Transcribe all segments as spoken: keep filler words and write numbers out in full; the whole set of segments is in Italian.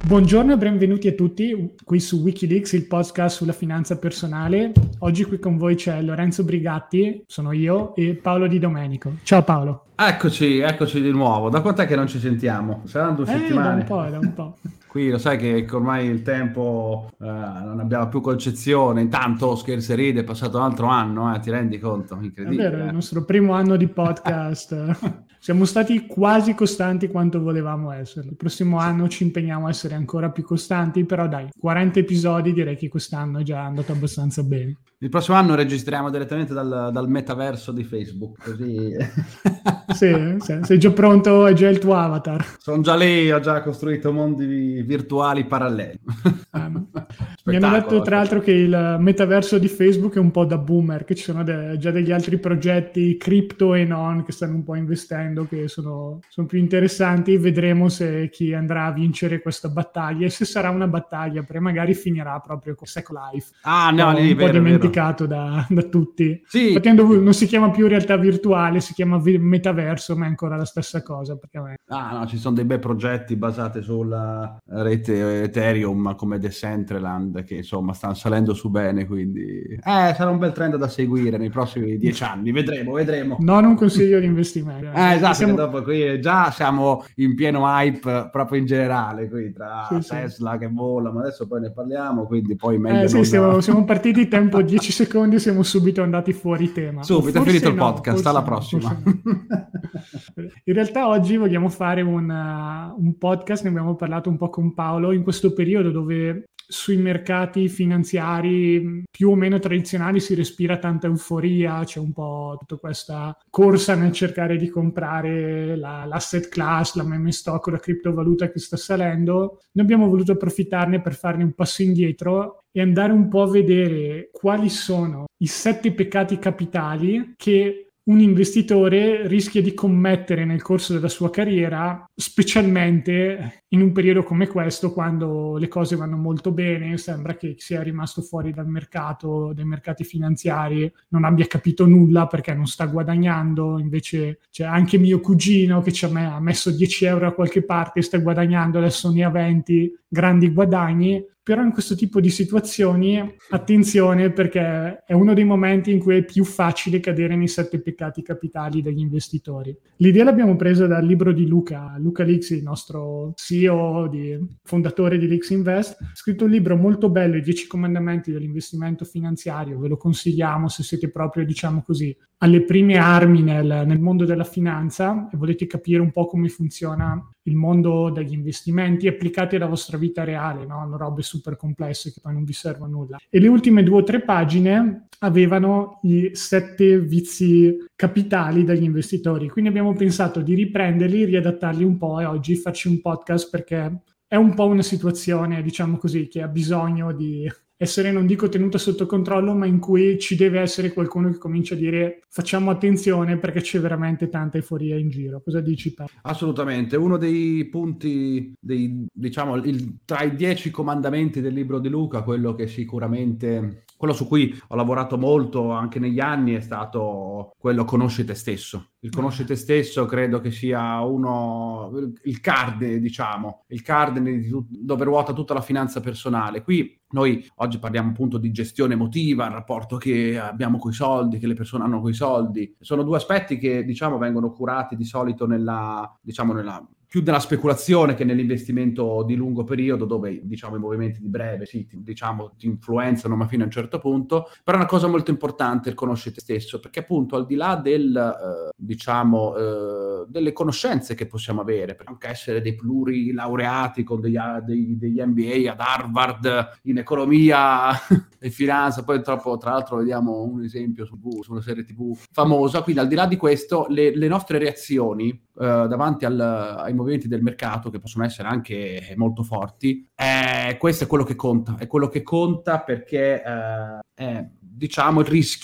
Buongiorno e benvenuti a tutti qui su Wikileaks, il podcast sulla finanza personale. Oggi qui con voi c'è Lorenzo Brigatti, sono io, e Paolo Di Domenico. Ciao Paolo. Eccoci, eccoci di nuovo. Da quant'è che non ci sentiamo? Saranno due Eh, settimane. da un po', da un po'. Qui lo sai che ormai il tempo eh, non abbiamo più concezione. Intanto scherzi e ride, è passato un altro anno, eh, ti rendi conto? Incredibile. È vero, è eh. il nostro primo anno di podcast. Siamo stati quasi costanti quanto volevamo essere. Il prossimo Sì. anno ci impegniamo a essere ancora più costanti, però dai, quaranta episodi direi che quest'anno è già andato abbastanza bene. Il prossimo anno registriamo direttamente dal, dal metaverso di Facebook, così... Sì, sì, sei già pronto? È già il tuo avatar. Sono già lì, ho già costruito mondi virtuali paralleli. Um, mi hanno detto tra l'altro che il metaverso di Facebook è un po' da boomer, che ci sono de- già degli altri progetti cripto e non che stanno un po' investendo, che sono, sono più interessanti. Vedremo se chi andrà a vincere questa battaglia e se sarà una battaglia, perché magari finirà proprio con Second Life. Ah, no, un lì, po' vero, dimenticato da, da tutti. Sì. Infatti non si chiama più realtà virtuale, si chiama vi- metaverso, ma è ancora la stessa cosa praticamente. Ah, no, ci sono dei bei progetti basati sulla rete Ethereum come Decentraland che insomma stanno salendo su bene, quindi eh, sarà un bel trend da seguire nei prossimi dieci anni, vedremo, vedremo. Non un consiglio di investimento. Eh, esatto, siamo... che dopo qui già siamo in pieno hype proprio in generale, qui tra Sì, Tesla sì. che vola, ma adesso poi ne parliamo, quindi poi meglio Eh sì, non... siamo, siamo partiti tempo dieci secondi e siamo subito andati fuori tema. Subito, è Forse finito il no, podcast, forse alla no, prossima. no. In realtà oggi vogliamo fare un, uh, un podcast, ne abbiamo parlato un po' con Paolo, in questo periodo dove sui mercati finanziari più o meno tradizionali si respira tanta euforia, c'è un po' tutta questa corsa nel cercare di comprare la, l'asset class, la meme stock o la criptovaluta che sta salendo. Noi abbiamo voluto approfittarne per farne un passo indietro e andare un po' a vedere quali sono i sette peccati capitali che un investitore rischia di commettere nel corso della sua carriera, specialmente in un periodo come questo, quando le cose vanno molto bene, sembra che sia rimasto fuori dal mercato, dai mercati finanziari, non abbia capito nulla perché non sta guadagnando, invece c'è anche mio cugino che ci ha, ha messo dieci euro a qualche parte e sta guadagnando, adesso ne ha venti, grandi guadagni. Però in questo tipo di situazioni, attenzione, perché è uno dei momenti in cui è più facile cadere nei sette peccati capitali degli investitori. L'idea l'abbiamo presa dal libro di Luca, Luca Lix, il nostro C E O, di, fondatore di Lix Invest. Ha scritto un libro molto bello, I dieci comandamenti dell'investimento finanziario, ve lo consigliamo se siete proprio, diciamo così, alle prime armi nel, nel mondo della finanza e volete capire un po' come funziona il mondo degli investimenti applicati alla vostra vita reale, no? Hanno robe super complesse che poi non vi servono a nulla. E le ultime due o tre pagine avevano i sette vizi capitali degli investitori, quindi abbiamo pensato di riprenderli, riadattarli un po' e oggi farci un podcast perché è un po' una situazione, diciamo così, che ha bisogno di essere, non dico tenuta sotto controllo, ma in cui ci deve essere qualcuno che comincia a dire facciamo attenzione perché c'è veramente tanta euforia in giro. Cosa dici, Paolo? Assolutamente, uno dei punti, dei, diciamo, il, tra i dieci comandamenti del libro di Luca, quello che sicuramente, quello su cui ho lavorato molto anche negli anni è stato quello conosci te stesso. Il conosci te stesso credo che sia uno, il cardine, diciamo, il cardine di tut, dove ruota tutta la finanza personale. Qui noi oggi parliamo appunto di gestione emotiva, il rapporto che abbiamo coi soldi, che le persone hanno coi soldi. Sono due aspetti che, diciamo, vengono curati di solito nella, diciamo, nella più nella speculazione che nell'investimento di lungo periodo, dove diciamo i movimenti di breve sì, ti, diciamo ti influenzano ma fino a un certo punto. Però è una cosa molto importante il conoscere te stesso, perché appunto al di là del eh, diciamo eh, delle conoscenze che possiamo avere, per anche essere dei plurilaureati con degli, dei, degli M B A ad Harvard in economia e finanza, poi troppo, tra l'altro vediamo un esempio su, su una serie tv famosa, quindi al di là di questo le, le nostre reazioni eh, davanti al, ai movimenti del mercato, che possono essere anche molto forti, eh, questo è quello che conta, è quello che conta perché eh, è, diciamo, il rischio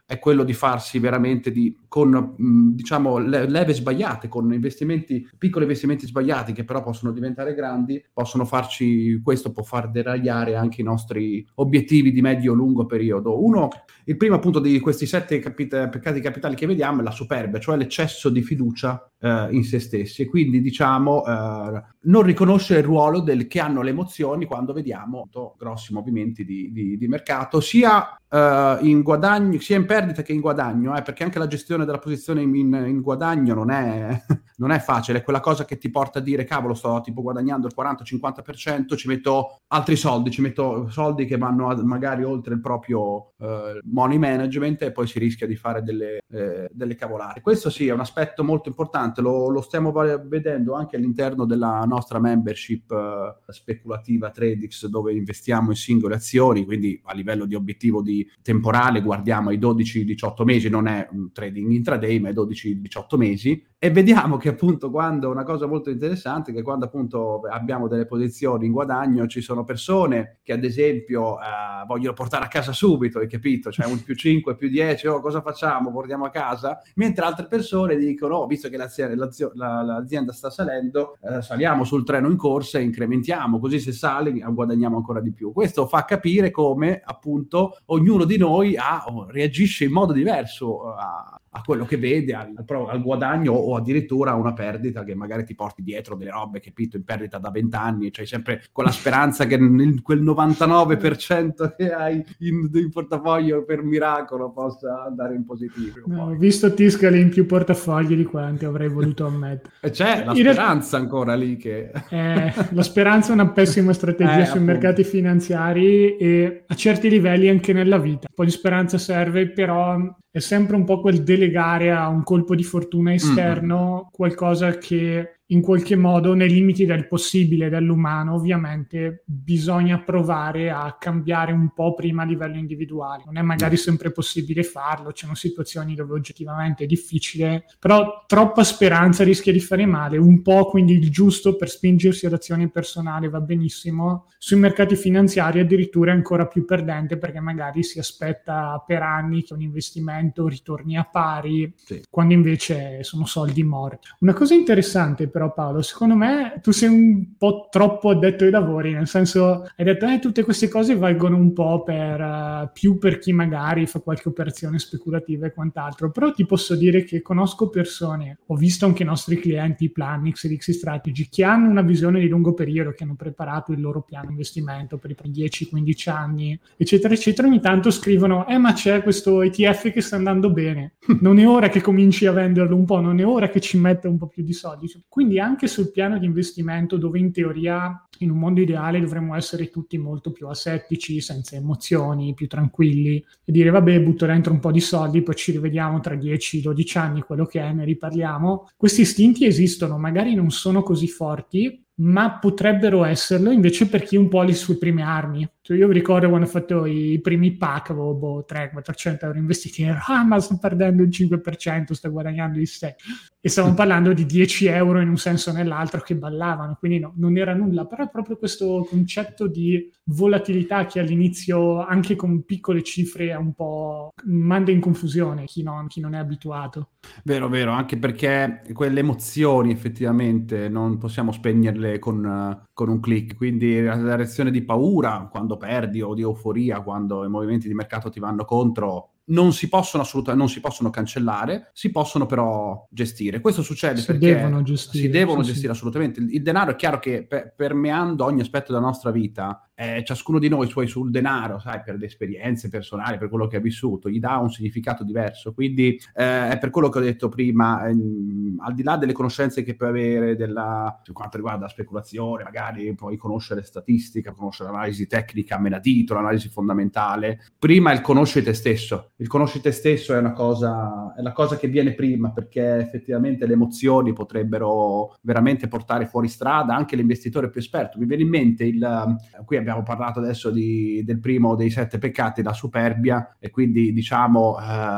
è quello di farsi veramente di, con mh, diciamo le, leve sbagliate, con investimenti, piccoli investimenti sbagliati che però possono diventare grandi, possono farci, questo può far deragliare anche i nostri obiettivi di medio-lungo periodo. Uno, il primo appunto di questi sette capit- peccati capitali che vediamo è la superbia, cioè l'eccesso di fiducia eh, in se stessi, e quindi diciamo eh, non riconoscere il ruolo del che hanno le emozioni quando vediamo appunto, grossi movimenti di, di, di mercato, sia Uh, in guadagno, sia in perdita che in guadagno, eh, perché anche la gestione della posizione in, in guadagno non è, non è facile, è quella cosa che ti porta a dire cavolo, sto tipo guadagnando il quaranta cinquanta per cento, ci metto altri soldi, ci metto soldi che vanno a, magari oltre il proprio uh, money management, e poi si rischia di fare delle, eh, delle cavolate. Questo sì è un aspetto molto importante, lo, lo stiamo vedendo anche all'interno della nostra membership uh, speculativa Tradix, dove investiamo in singole azioni, quindi a livello di obiettivo di temporale guardiamo ai dodici diciotto mesi, non è un trading intraday ma è dodici diciotto mesi, e vediamo che appunto quando una cosa molto interessante è che quando appunto abbiamo delle posizioni in guadagno ci sono persone che ad esempio eh, vogliono portare a casa subito, hai capito? Cioè un più cinque, più dieci, oh, cosa facciamo? Portiamo a casa? Mentre altre persone dicono oh, visto che l'azienda, l'azio, la, l'azienda sta salendo, eh, saliamo sul treno in corsa e incrementiamo, così se sale guadagniamo ancora di più. Questo fa capire come appunto ognuno di noi ha, oh, reagisce in modo diverso a, a quello che vede, al, al guadagno o addirittura a una perdita che magari ti porti dietro delle robe, capito, in perdita da vent'anni, c'hai sempre quella speranza che nel, quel novantanove per cento che hai in, in portafoglio per miracolo possa andare in positivo. No, ho visto Tiscali in più portafogli di quanti avrei voluto ammettere. E c'è la in speranza realtà, ancora lì che... eh, la speranza è una pessima strategia eh, sui appunto. mercati finanziari e a certi livelli anche nella vita. Un po' di speranza serve, però è sempre un po' quel delegare a un colpo di fortuna esterno mm-hmm. qualcosa che in qualche modo, nei limiti del possibile dell'umano, ovviamente bisogna provare a cambiare un po' prima a livello individuale. Non è magari sempre possibile farlo, ci sono situazioni dove oggettivamente è difficile, però troppa speranza rischia di fare male, un po' quindi il giusto per spingersi ad azioni personali va benissimo. Sui mercati finanziari addirittura è ancora più perdente, perché magari si aspetta per anni che un investimento ritorni a pari, sì. quando invece sono soldi morti. Una cosa interessante però Paolo, secondo me tu sei un po' troppo addetto ai lavori, nel senso hai detto eh, tutte queste cose valgono un po' per uh, più per chi magari fa qualche operazione speculativa e quant'altro, però ti posso dire che conosco persone, ho visto anche i nostri clienti Planix e Dixie Strategy che hanno una visione di lungo periodo, che hanno preparato il loro piano investimento per i dieci quindici anni eccetera eccetera, ogni tanto scrivono eh ma c'è questo E T F che sta andando bene, non è ora che cominci a venderlo un po', non è ora che ci metta un po' più di soldi. Quindi anche sul piano di investimento, dove in teoria in un mondo ideale dovremmo essere tutti molto più asettici, senza emozioni, più tranquilli, e dire vabbè butto dentro un po' di soldi, poi ci rivediamo tra dieci dodici anni, quello che è, ne riparliamo. Questi istinti esistono, magari non sono così forti, ma potrebbero esserlo invece per chi un po' ha le sue prime armi. Cioè io mi ricordo quando ho fatto i primi pack, avevo boh, trecento quattrocento euro investiti, e ero, ah ma sto perdendo il cinque per cento, sto guadagnando il sei per cento, e stavamo parlando di dieci euro in un senso o nell'altro che ballavano, quindi no, non era nulla, però è proprio questo concetto di volatilità che all'inizio anche con piccole cifre è un po' manda in confusione chi non, chi non è abituato. Vero, vero, anche perché quelle emozioni effettivamente non possiamo spegnerle con, uh, con un click, quindi la reazione di paura quando perdi o di euforia quando i movimenti di mercato ti vanno contro non si possono assolutamente non si possono cancellare, si possono però gestire. Questo succede si perché devono gestire, si devono sì, gestire sì. assolutamente. Il, il denaro è chiaro che per, permeando ogni aspetto della nostra vita, eh, ciascuno di noi suoi sul denaro, sai, per le esperienze personali, per quello che ha vissuto, gli dà un significato diverso. Quindi eh, è per quello che ho detto prima, ehm, al di là delle conoscenze che puoi avere della, per quanto riguarda la speculazione, magari puoi conoscere statistica, conoscere l'analisi tecnica, menadito, l'analisi fondamentale. Prima il conosci te stesso. Il conosci te stesso è una cosa, è la cosa che viene prima, perché effettivamente le emozioni potrebbero veramente portare fuori strada anche l'investitore più esperto. Mi viene in mente il, qui abbiamo parlato adesso di, del primo dei sette peccati, la superbia, e quindi diciamo eh,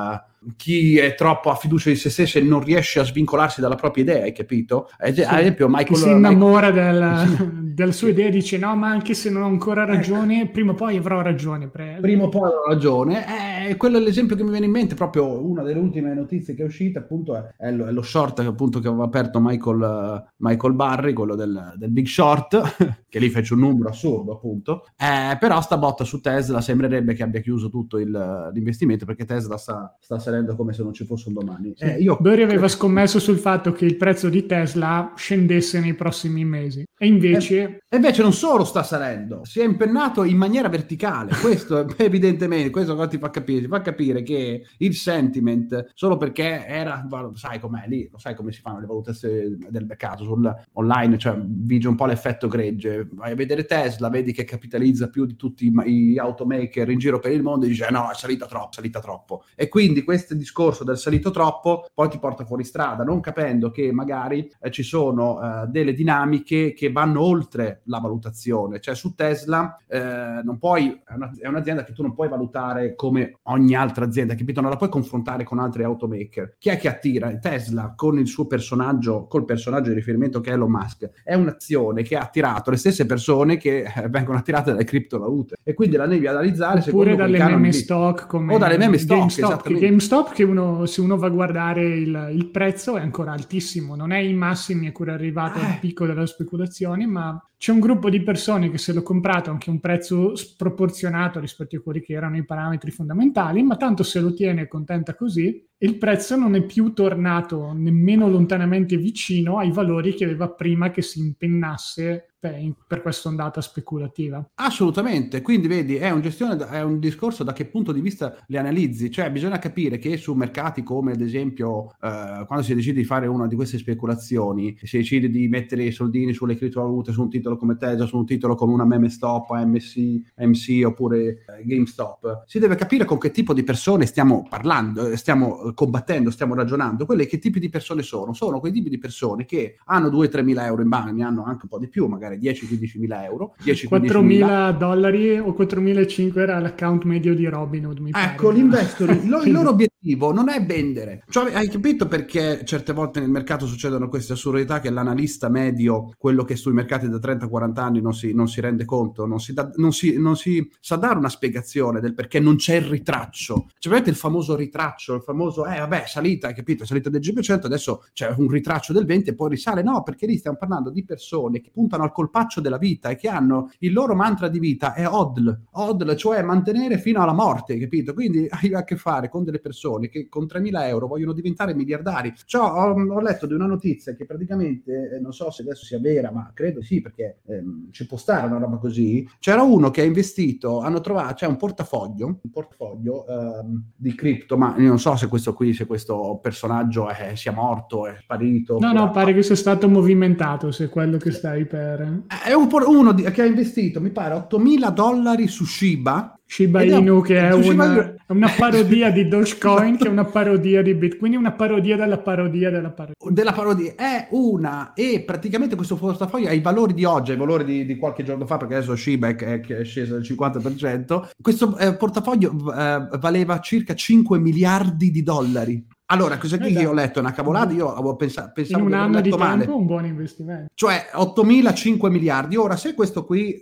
chi è troppo a fiducia di se stesso e non riesce a svincolarsi dalla propria idea, hai capito? Ad Sì, esempio Michael... Che si innamora Michael... del, della sua idea e dice no, ma anche se non ho ancora ragione, ecco. prima o poi avrò ragione. Pre- prima o poi avrò ragione. Eh, quello è l'esempio che mi viene in mente, proprio una delle ultime notizie che è uscita, appunto, è, è, lo, è lo short appunto che aveva aperto Michael, uh, Michael Burry, quello del, del Big Short, che lì fece un numero assurdo, appunto. Eh, però sta botta su Tesla sembrerebbe che abbia chiuso tutto il, l'investimento, perché Tesla sta, sta salendo come se non ci fosse un domani. Sì. Eh, io... Burry aveva scommesso sul fatto che il prezzo di Tesla scendesse nei prossimi mesi e invece... E invece non solo sta salendo, si è impennato in maniera verticale. Questo evidentemente, questo cosa ti fa capire? Ti fa capire che il sentiment, solo perché era, sai com'è lì, lo sai come si fanno le valutazioni del mercato sul online, cioè vige un po' l'effetto gregge. Vai a vedere Tesla, vedi che capitalizza più di tutti gli automaker in giro per il mondo e dice no, è salita troppo, salita troppo. E quindi questo discorso del salito troppo poi ti porta fuori strada, non capendo che magari eh, ci sono eh, delle dinamiche che vanno oltre la valutazione. Cioè su Tesla eh, non puoi, è, una, è un'azienda che tu non puoi valutare come ogni altra azienda, capito? Non la puoi confrontare con altri automaker. Chi è che attira? Tesla con il suo personaggio, col personaggio di riferimento che è Elon Musk, è un'azione che ha attirato le stesse persone che eh, vengono attirate dalle criptovalute, e quindi la devi analizzare oppure dalle meme stock come o dalle meme stock, GameStop, che GameStop che uno, se uno va a guardare il, il prezzo è ancora altissimo, non è ai massimi a cui è arrivato al picco della speculazione, ma c'è un gruppo di persone che se l'ho comprato anche a un prezzo sproporzionato rispetto a quelli che erano i parametri fondamentali, ma tanto se lo tiene è contenta così, e il prezzo non è più tornato nemmeno lontanamente vicino ai valori che aveva prima che si impennasse per, per questa ondata speculativa. Assolutamente, quindi vedi, è un, gestione, è un discorso da che punto di vista li analizzi, cioè bisogna capire che su mercati come ad esempio eh, quando si decide di fare una di queste speculazioni, si decide di mettere i soldini sulle criptovalute, su un titolo come Tesla, su un titolo come una meme stop, A M C, A M C oppure eh, GameStop, si deve capire con che tipo di persone stiamo parlando, stiamo combattendo, stiamo ragionando. Quelle che tipi di persone sono? Sono quei tipi di persone che hanno due tre mila euro in banca, ne hanno anche un po' di più, magari dieci quindici mila euro, quattromila dollari o quattromilacinquecento era l'account medio di Robinhood, mi pare. Ecco, l'investor, lo, il loro obiettivo non è vendere. Cioè, hai capito perché certe volte nel mercato succedono queste assurdità, che l'analista medio, quello che sui mercati da trenta quaranta anni non si, non si rende conto, non si, da, non, si, non si sa dare una spiegazione del perché non c'è il ritraccio. Cioè, vedete il famoso ritraccio, il famoso eh vabbè, salita, hai capito, è salita del dieci per cento, adesso c'è un ritraccio del venti e poi risale. No, perché lì stiamo parlando di persone che puntano al colpaccio della vita e che hanno il loro mantra di vita è H O D L, H O D L, cioè mantenere fino alla morte, capito? Quindi hai a che fare con delle persone che con tremila euro vogliono diventare miliardari. Cioè, ho, ho letto di una notizia che praticamente, eh, non so se adesso sia vera, ma credo sì, perché ehm, ci può stare una roba così. C'era uno che ha investito, hanno trovato, c'è un portafoglio, un portafoglio ehm, di cripto, ma io non so se questo qui, se questo personaggio è, sia morto, è sparito. No, no, pare che sia stato movimentato, se è quello che stai per... È un, uno di, che ha investito, mi pare, ottomila dollari su Shiba. Shiba Inu, che è una, una parodia di Dogecoin, che è una parodia di Bitcoin, quindi una parodia della parodia della parodia. Della parodia, è una, e praticamente questo portafoglio ha i valori di oggi, i valori di, di qualche giorno fa, perché adesso Shiba è, è, è sceso del cinquanta per cento, questo eh, portafoglio eh, valeva circa cinque miliardi di dollari. Allora, cosa che io ho letto è una cavolata, io avevo pensato, pensavo in un di anno di tempo male. Un buon investimento. Cioè ottomila cinque miliardi. Ora, se questo qui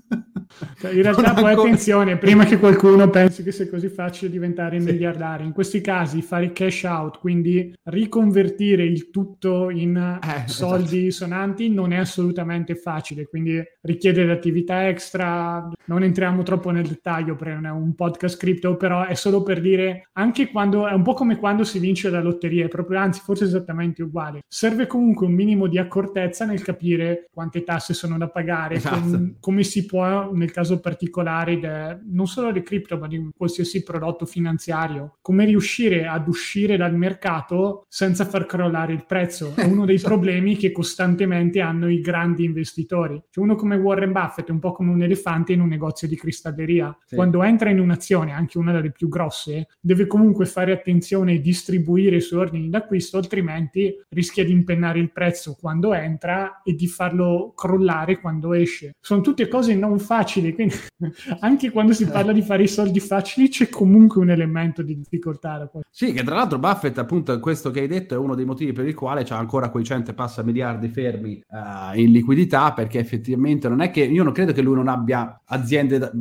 in realtà poi ancora... attenzione, prima che qualcuno pensi che sia così facile diventare sì. miliardari, in questi casi fare cash out, quindi riconvertire il tutto in eh, soldi esatto. sonanti, non è assolutamente facile, quindi richiede attività extra. Non entriamo troppo nel dettaglio perché non è un podcast cripto, però è solo per dire, anche quando è un po' come quando si vince la lotteria, è proprio, anzi forse esattamente uguale, serve comunque un minimo di accortezza nel capire quante tasse sono da pagare, esatto. com- come si può nel caso particolare de, non solo di cripto ma di qualsiasi prodotto finanziario, come riuscire ad uscire dal mercato senza far crollare il prezzo. È uno dei problemi che costantemente hanno i grandi investitori. Cioè, uno come Warren Buffett è un po' come un elefante in un negozio di cristalleria. Sì. Quando entra in un'azione, anche una delle più grosse, deve comunque fare attenzione e distribuire i suoi ordini d'acquisto, altrimenti rischia di impennare il prezzo quando entra e di farlo crollare quando esce. Sono tutte cose non facili, quindi anche quando si parla di fare i soldi facili c'è comunque un elemento di difficoltà. Sì, che tra l'altro Buffett, appunto, questo che hai detto è uno dei motivi per il quale c'ha ancora quei cento e passa miliardi fermi uh, in liquidità, perché effettivamente non è che, io non credo che lui non abbia aziende da,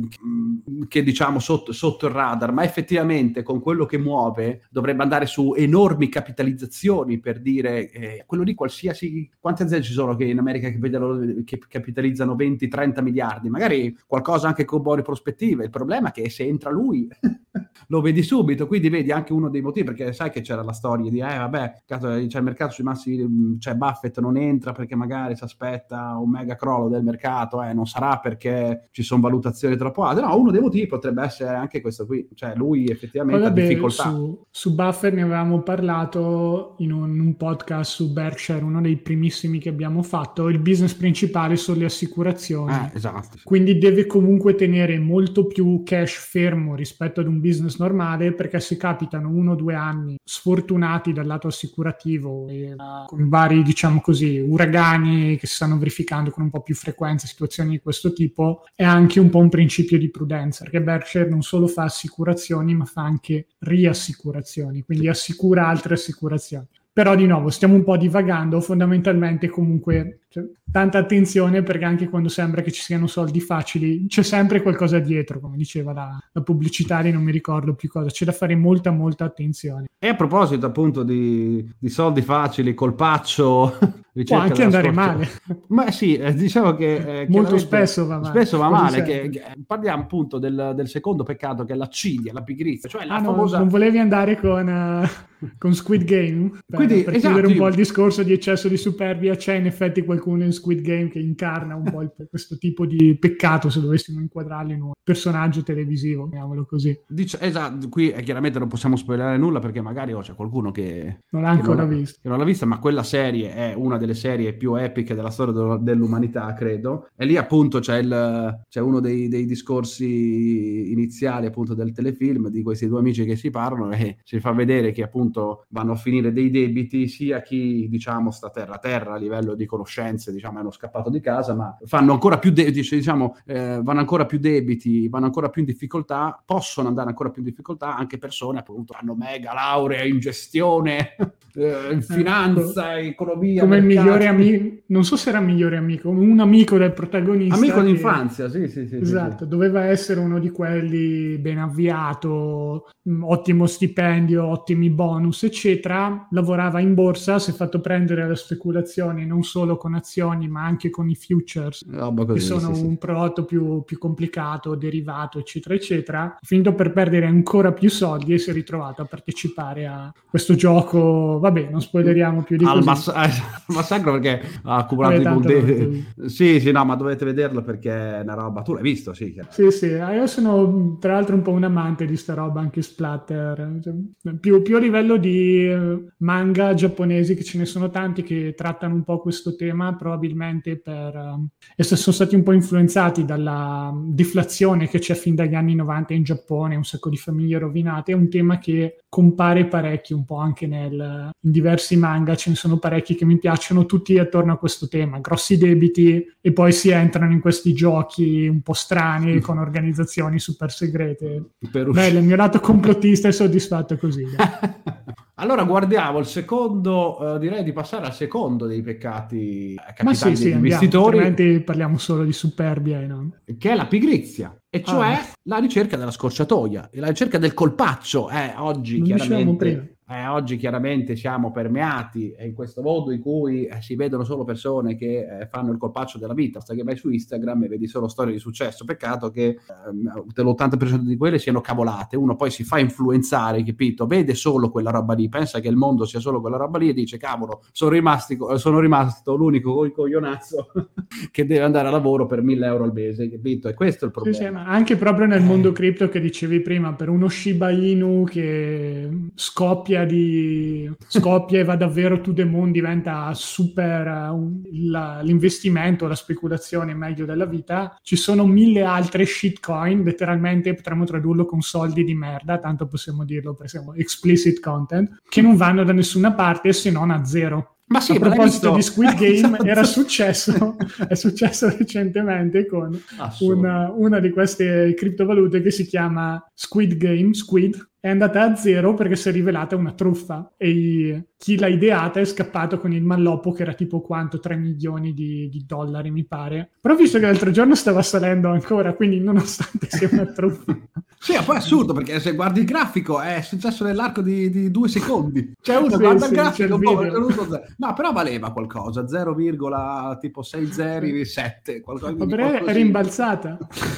che diciamo sotto, sotto il radar, ma effettivamente con quello che muove dovrebbe andare su enormi capitalizzazioni, per dire eh, quello lì qualsiasi, quante aziende ci sono che in America che, che capitalizzano venti trenta miliardi, magari qualcosa anche con buone prospettive. Il problema è che se entra lui lo vedi subito, quindi vedi anche uno dei motivi, perché sai che c'era la storia di eh vabbè, c'è il mercato sui massi, cioè Buffett non entra perché magari si aspetta un mega crollo del mercato, eh non sarà perché ci sono valutazioni troppo alte. No, uno dei motivi potrebbe essere anche questo qui, cioè lui effettivamente ha difficoltà. Su, su Buffett ne avevamo parlato in un, un podcast su Berkshire, uno dei primissimi che abbiamo fatto. Il business principale sono le assicurazioni, eh, esatto. Quindi deve comunque tenere molto più cash fermo rispetto ad un business normale, perché se capitano uno o due anni sfortunati dal lato assicurativo e, uh, con vari, diciamo così, uragani che si stanno verificando con un po' più frequenza, situazioni di questo tipo, è anche un po' un principio di prudenza, perché Berkshire non solo fa assicurazioni ma fa anche riassicurazioni, quindi assicura altre assicurazioni. Però di nuovo stiamo un po' divagando, fondamentalmente comunque cioè, tanta attenzione, perché anche quando sembra che ci siano soldi facili c'è sempre qualcosa dietro, come diceva la, la pubblicitaria, non mi ricordo più cosa, c'è da fare molta molta attenzione. E a proposito appunto di, di soldi facili, colpaccio, può anche andare scorcia. male. Ma sì, eh, diciamo che eh, molto spesso va male. Spesso va male, che, che, parliamo appunto del, del secondo peccato, che è l'accidia, la pigrizia, cioè la ah, famosa... no, non volevi andare con, uh, con Squid Game? Per, Quindi, per esatto, chiudere un io... po' il discorso di eccesso di superbia, c'è in effetti qualcuno in Squid Game che incarna un po' il, questo tipo di peccato, se dovessimo inquadrarlo in un personaggio televisivo, chiamiamolo così. Dice, esatto, qui eh, chiaramente non possiamo spoilerare nulla, perché magari oh, c'è qualcuno che non l'ha ancora visto. Che non l'ha vista, ma quella serie è una delle serie più epiche della storia de- dell'umanità, credo. E lì appunto c'è, il, c'è uno dei, dei discorsi iniziali appunto del telefilm di questi due amici che si parlano, e si fa vedere che appunto vanno a finire dei debiti, sia chi diciamo sta terra a terra a livello di conoscenze, diciamo hanno scappato di casa, ma fanno ancora più de- diciamo eh, vanno ancora più debiti, vanno ancora più in difficoltà, possono andare ancora più in difficoltà anche persone appunto hanno mega laurea in gestione, eh, in finanza, eh, economia, come mercati. Il migliore amico, non so se era migliore amico, un amico del protagonista, amico che, d'infanzia, sì, sì, sì, esatto, sì. doveva essere uno di quelli ben avviato, ottimo stipendio, ottimi bonus, eccetera. Lavorava in borsa, si è fatto prendere alla speculazione non solo con azioni ma anche con i futures, così, che sono sì, un sì. prodotto più, più complicato, derivato, eccetera, eccetera. Ha finito per perdere ancora più soldi e si è ritrovato a partecipare a questo gioco. Vabbè, non spoileriamo più di al così. mass- al massacro, perché ha accumulato Vabbè, un de- sì, sì, no, ma dovete vederlo perché è una roba. Tu l'hai visto, sì? Sì, sì, io sono tra l'altro un po' un amante di sta roba, anche splatter, cioè, più, più a livello di manga giapponesi, che ce ne sono tanti che trattano un po' questo tema, probabilmente per uh, essere sono stati un po' influenzati dalla deflazione che c'è fin dagli anni novanta in Giappone, un sacco di famiglie rovinate. È un tema che compare parecchio un po' anche nel, in diversi manga, ce ne sono parecchi che mi piacciono, tutti attorno a questo tema, grossi debiti, e poi si entrano in questi giochi un po' strani con organizzazioni super segrete. Bello, il mio lato complottista è soddisfatto così. Allora guardiamo il secondo, eh, direi di passare al secondo dei peccati capitali Ma sì, sì, degli andiamo, investitori, altrimenti parliamo solo di superbia, no? Che è la pigrizia, e cioè ah. la ricerca della scorciatoia, la ricerca del colpaccio. Eh, oggi non chiaramente eh, oggi chiaramente siamo permeati in questo mondo in cui eh, si vedono solo persone che eh, fanno il colpaccio della vita, basta che vai su Instagram e vedi solo storie di successo. Peccato che eh, l'ottanta per cento di quelle siano cavolate. Uno poi si fa influenzare, capito? Vede solo quella roba lì, pensa che il mondo sia solo quella roba lì e dice cavolo, sono, rimasti, sono rimasto l'unico coglionazzo che deve andare a lavoro per mille euro al mese, capito? E questo è il problema. Sì, sì, ma anche proprio nel mondo cripto che dicevi prima, per uno Shiba Inu che scoppia di scoppia e va davvero to the moon, diventa super uh, la, l'investimento, la speculazione meglio della vita, ci sono mille altre shitcoin, letteralmente potremmo tradurlo con soldi di merda, tanto possiamo dirlo, per esempio explicit content, che non vanno da nessuna parte se non a zero. Ma sì, a proposito visto... di Squid Game, esatto. era successo, è successo recentemente con una, una di queste criptovalute che si chiama Squid Game, Squid, è andata a zero perché si è rivelata una truffa e i, chi l'ha ideata è scappato con il malloppo che era tipo quanto tre milioni di, di dollari mi pare, però visto che l'altro giorno stava salendo ancora, quindi nonostante sia una truffa. Sì, poi è assurdo perché se guardi il grafico è successo nell'arco di, di due secondi, cioè uno sì, guarda sì, il grafico il boh, no, però valeva qualcosa, zero, tipo sei zeri sette, qualcosa, ma però è rimbalzata.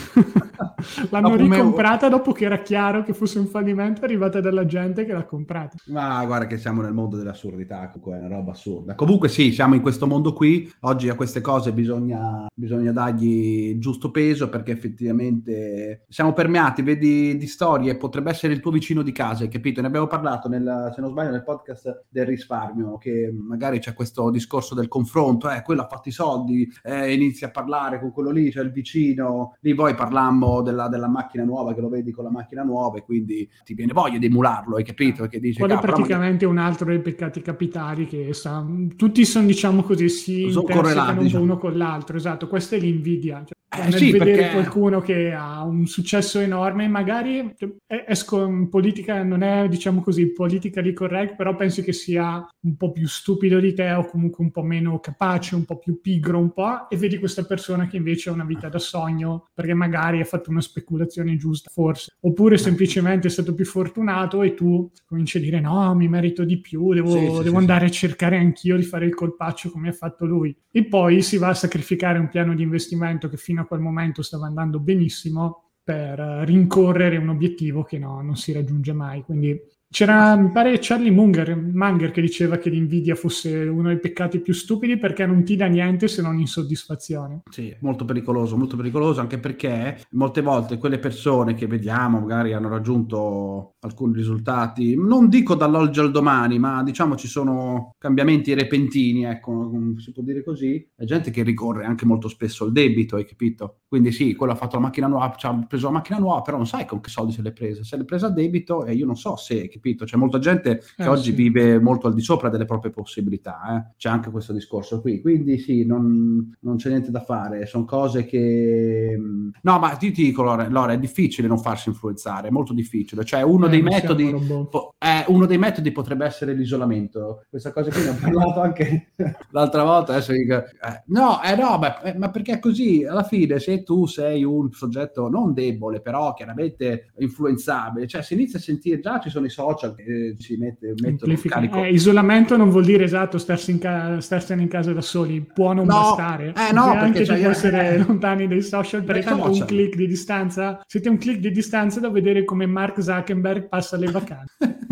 L'hanno dopo ricomprata dopo che era chiaro che fosse un fallimento, è arrivata dalla gente che l'ha comprata. Ma guarda che siamo nel mondo dell'assurdità, comunque è una roba assurda. Comunque sì, siamo in questo mondo qui, oggi a queste cose bisogna, bisogna dargli il giusto peso perché effettivamente siamo permeati, vedi, di storie, potrebbe essere il tuo vicino di casa, hai capito? Ne abbiamo parlato, nel, se non sbaglio, nel podcast del risparmio, che magari c'è questo discorso del confronto, eh, quello ha fatto i soldi, eh, inizi a parlare con quello lì, c'è il vicino, lì poi parlammo della, della macchina nuova, che lo vedi con la macchina nuova e quindi ti viene voglia di emularlo, hai capito? Che dice, quello è praticamente un altro dei peccati capitali che sa, tutti sono, diciamo così, si sono intersecano un po' diciamo. uno con l'altro, esatto, questa è l'invidia, cioè, Eh, nel sì, vedere perché... qualcuno che ha un successo enorme, magari esco in politica, non è, diciamo così, politically correct, però penso che sia un po' più stupido di te o comunque un po' meno capace, un po' più pigro un po', e vedi questa persona che invece ha una vita da sogno perché magari ha fatto una speculazione giusta, forse, oppure semplicemente è stato più fortunato e tu cominci a dire no, mi merito di più, devo, sì, sì, devo sì, andare sì. a cercare anch'io di fare il colpaccio come ha fatto lui, e poi si va a sacrificare un piano di investimento che fino a quel momento stava andando benissimo per rincorrere un obiettivo che no, non si raggiunge mai. Quindi c'era, mi pare, Charlie Munger, Munger che diceva che l'invidia fosse uno dei peccati più stupidi perché non ti dà niente se non insoddisfazione. Sì, molto pericoloso, molto pericoloso, anche perché molte volte quelle persone che vediamo magari hanno raggiunto alcuni risultati, non dico dall'oggi al domani, ma diciamo ci sono cambiamenti repentini, ecco, si può dire così, è gente che ricorre anche molto spesso al debito, hai capito? Quindi sì, quello ha fatto la macchina nuova, cioè, ha preso la macchina nuova, però non sai con che soldi se l'è presa, se l'è presa a debito e io non so se, capito? C'è molta gente che eh, oggi sì. vive molto al di sopra delle proprie possibilità, eh? C'è anche questo discorso qui, quindi sì, non, non c'è niente da fare, sono cose che... No, ma ti dico, Lore, Lore, è difficile non farsi influenzare, è molto difficile, cioè uno eh, dei metodi po- eh, uno dei metodi potrebbe essere l'isolamento, questa cosa qui ne ho parlato anche l'altra volta, adesso dico, eh, no, eh, no beh, eh, ma perché è così, alla fine se tu sei un soggetto non debole, però chiaramente influenzabile, cioè si inizia a sentire, già ci sono i social che si mette, mettono un carico. Eh, isolamento non vuol dire esatto starsi in ca- starsene in casa da soli, può non no, bastare, eh, no, anche perché di essere eh, lontani dai social, perché tanto un click di distanza, siete un click di distanza da vedere come Mark Zuckerberg passa le vacanze.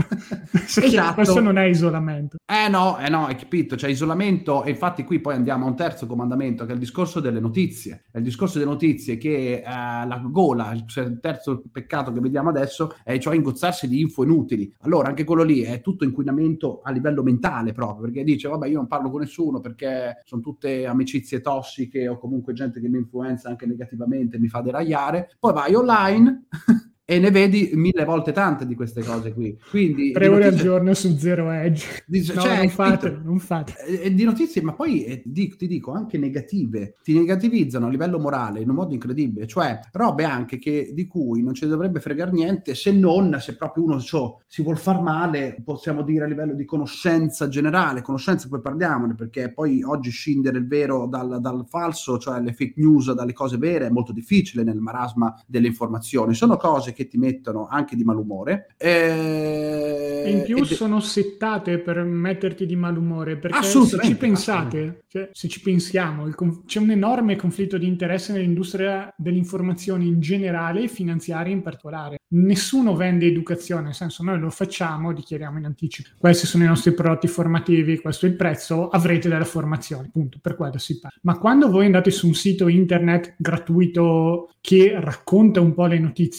Esatto. Questo non è isolamento. Eh no, eh no, hai capito, c'è isolamento, e infatti qui poi andiamo a un terzo comandamento, che è il discorso delle notizie. È il discorso delle notizie che eh, la gola, cioè il terzo peccato che vediamo adesso, è cioè ingozzarsi di info inutili. Allora anche quello lì è tutto inquinamento a livello mentale proprio, perché dice vabbè io non parlo con nessuno perché sono tutte amicizie tossiche o comunque gente che mi influenza anche negativamente, mi fa deragliare, poi vai online e ne vedi mille volte tante di queste cose qui. Quindi tre ore notizie... al giorno su Zero Edge. Dice, no, cioè, non fate, non fate. Eh, di notizie, ma poi eh, di, ti dico anche negative, ti negativizzano a livello morale in un modo incredibile, cioè robe anche che, di cui non ci dovrebbe fregare niente, se non se proprio uno cioè, si vuol far male, possiamo dire a livello di conoscenza generale, conoscenza poi parliamone, perché poi oggi scindere il vero dal, dal falso, cioè le fake news dalle cose vere, è molto difficile nel marasma delle informazioni, sono cose che ti mettono anche di malumore eh, e in più de- sono settate per metterti di malumore, perché se ci pensate, cioè, se ci pensiamo, il conf- c'è un enorme conflitto di interesse nell'industria dell'informazione in generale e finanziaria in particolare. Nessuno vende educazione, nel senso noi lo facciamo, dichiariamo in anticipo, questi sono i nostri prodotti formativi, questo è il prezzo, avrete della formazione, punto, per quello si parla. Ma quando voi andate su un sito internet gratuito che racconta un po' le notizie,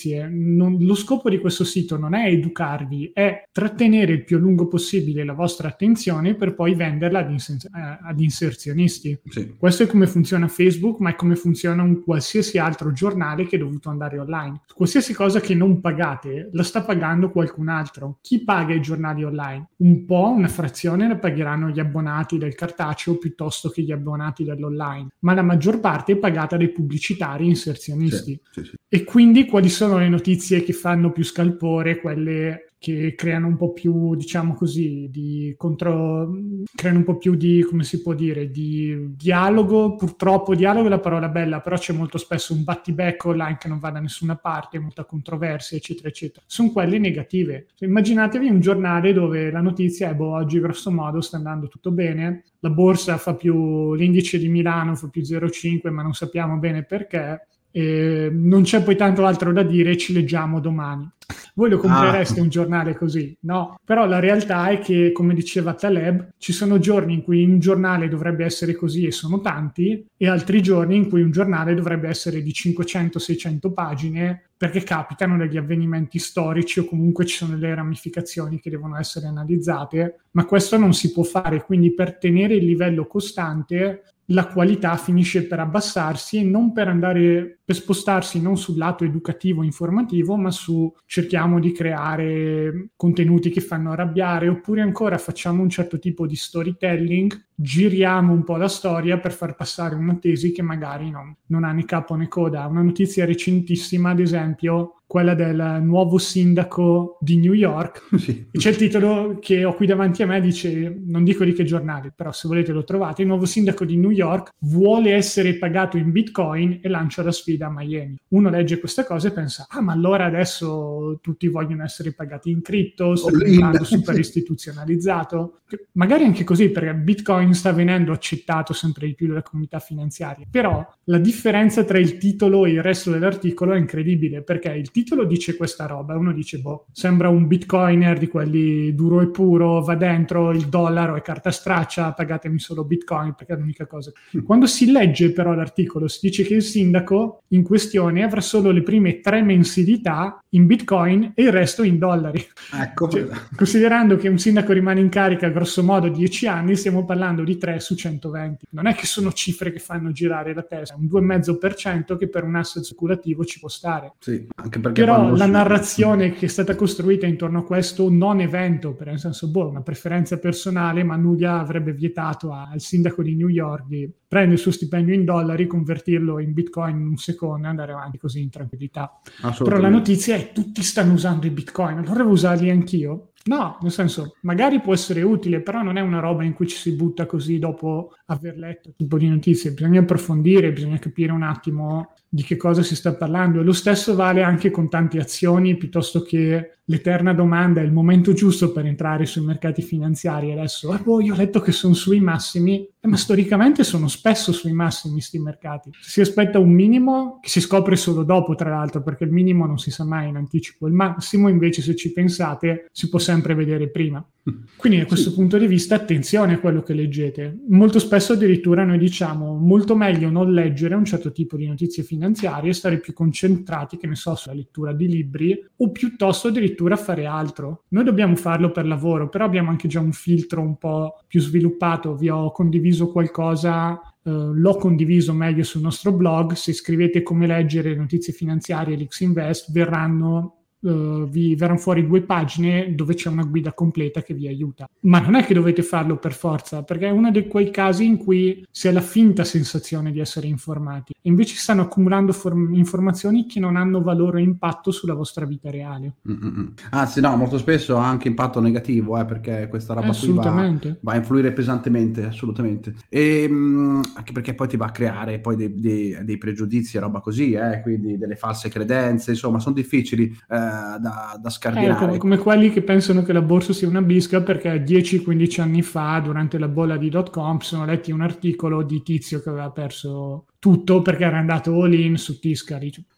non, lo scopo di questo sito non è educarvi, è trattenere il più a lungo possibile la vostra attenzione per poi venderla ad, inser- ad inserzionisti. Sì. Questo è come funziona Facebook, ma è come funziona un qualsiasi altro giornale che è dovuto andare online. Qualsiasi cosa che non pagate la sta pagando qualcun altro. Chi paga i giornali online? Un po', una frazione la pagheranno gli abbonati del cartaceo piuttosto che gli abbonati dell'online, ma la maggior parte è pagata dai pubblicitari inserzionisti. Sì, sì, sì. E quindi quali sono le notizie che fanno più scalpore? Quelle che creano un po' più, diciamo così, di contro, creano un po' più di, come si può dire, di dialogo. Purtroppo dialogo è la parola bella, però c'è molto spesso un battibecco online che non va da nessuna parte, molta controversia, eccetera, eccetera. Sono quelle negative. Immaginatevi un giornale dove la notizia è, boh, oggi grosso modo sta andando tutto bene, la borsa fa più, l'indice di Milano fa più zero virgola cinque, ma non sappiamo bene perché, e non c'è poi tanto altro da dire, ci leggiamo domani. Voi lo comprereste ah. un giornale così? No, però la realtà è che, come diceva Taleb, ci sono giorni in cui un giornale dovrebbe essere così e sono tanti, e altri giorni in cui un giornale dovrebbe essere di cinquecento seicento pagine, perché capitano degli avvenimenti storici o comunque ci sono delle ramificazioni che devono essere analizzate, ma questo non si può fare, quindi per tenere il livello costante la qualità finisce per abbassarsi e non per andare, per spostarsi non sul lato educativo informativo, ma su cerchiamo di creare contenuti che fanno arrabbiare, oppure ancora facciamo un certo tipo di storytelling, giriamo un po' la storia per far passare una tesi che magari non, non ha né capo né coda. Una notizia recentissima, ad esempio, quella del nuovo sindaco di New York. Sì. C'è il titolo che ho qui davanti a me, dice, non dico di che giornale, però se volete lo trovate, il nuovo sindaco di New York vuole essere pagato in Bitcoin e lancia la sfida a Miami. Uno legge questa cosa e pensa, ah, ma allora adesso tutti vogliono essere pagati in cripto, sta diventando super istituzionalizzato. Magari anche così, perché Bitcoin sta venendo accettato sempre di più dalla comunità finanziaria. Però la differenza tra il titolo e il resto dell'articolo è incredibile, perché il titolo dice questa roba, uno dice, boh, sembra un bitcoiner di quelli duro e puro, va dentro, il dollaro è carta straccia, pagatemi solo Bitcoin, perché è l'unica cosa. Quando si legge però l'articolo, si dice che il sindaco in questione avrà solo le prime tre mensilità in Bitcoin e il resto in dollari. Ecco. Cioè, considerando che un sindaco rimane in carica grosso modo dieci anni, stiamo parlando di tre su centoventi. Non è che sono cifre che fanno girare la testa, è un due virgola cinque per cento che per un asset speculativo ci può stare. Sì, anche perché però la si... narrazione che è stata costruita intorno a questo non evento, per nel senso, boh, una preferenza personale, ma nulla avrebbe vietato al sindaco di New York di prendere il suo stipendio in dollari, convertirlo in Bitcoin in un secondo e andare avanti così in tranquillità. Però la notizia è tutti stanno usando i Bitcoin, allora devo usarli anch'io? No, nel senso, magari può essere utile, però non è una roba in cui ci si butta così dopo aver letto un tipo di notizie. Bisogna approfondire, bisogna capire un attimo di che cosa si sta parlando. E lo stesso vale anche con tante azioni, piuttosto che l'eterna domanda, è il momento giusto per entrare sui mercati finanziari. Adesso, ah, boh, io ho letto che sono sui massimi, eh, ma storicamente sono spesso sui massimi sti mercati. Si aspetta un minimo che si scopre solo dopo, tra l'altro, perché il minimo non si sa mai in anticipo. Il massimo, invece, se ci pensate, si può sempre vedere prima. Quindi da questo sì. punto di vista attenzione a quello che leggete. Molto spesso addirittura noi diciamo molto meglio non leggere un certo tipo di notizie finanziarie e stare più concentrati, che ne so, sulla lettura di libri o piuttosto addirittura fare altro. Noi dobbiamo farlo per lavoro, però abbiamo anche già un filtro un po' più sviluppato. Vi ho condiviso qualcosa, eh, l'ho condiviso meglio sul nostro blog. Se scrivete come leggere notizie finanziarie l'X Invest verranno Uh, vi verranno fuori due pagine dove c'è una guida completa che vi aiuta, ma non è che dovete farlo per forza, perché è uno di quei casi in cui si ha la finta sensazione di essere informati e invece stanno accumulando form- informazioni che non hanno valore o impatto sulla vostra vita reale. Mm-hmm. Anzi no, molto spesso ha anche impatto negativo, eh, perché questa roba qui va, va a influire pesantemente, assolutamente, e mh, anche perché poi ti va a creare poi dei, dei, dei pregiudizi e roba così, eh, quindi delle false credenze, insomma sono difficili eh, Da, da scardinare. Eh, come, come quelli che pensano che la borsa sia una bisca perché dieci quindici anni fa, durante la bolla di dot com, sono letti un articolo di tizio che aveva perso tutto perché era andato all in su Tiscari.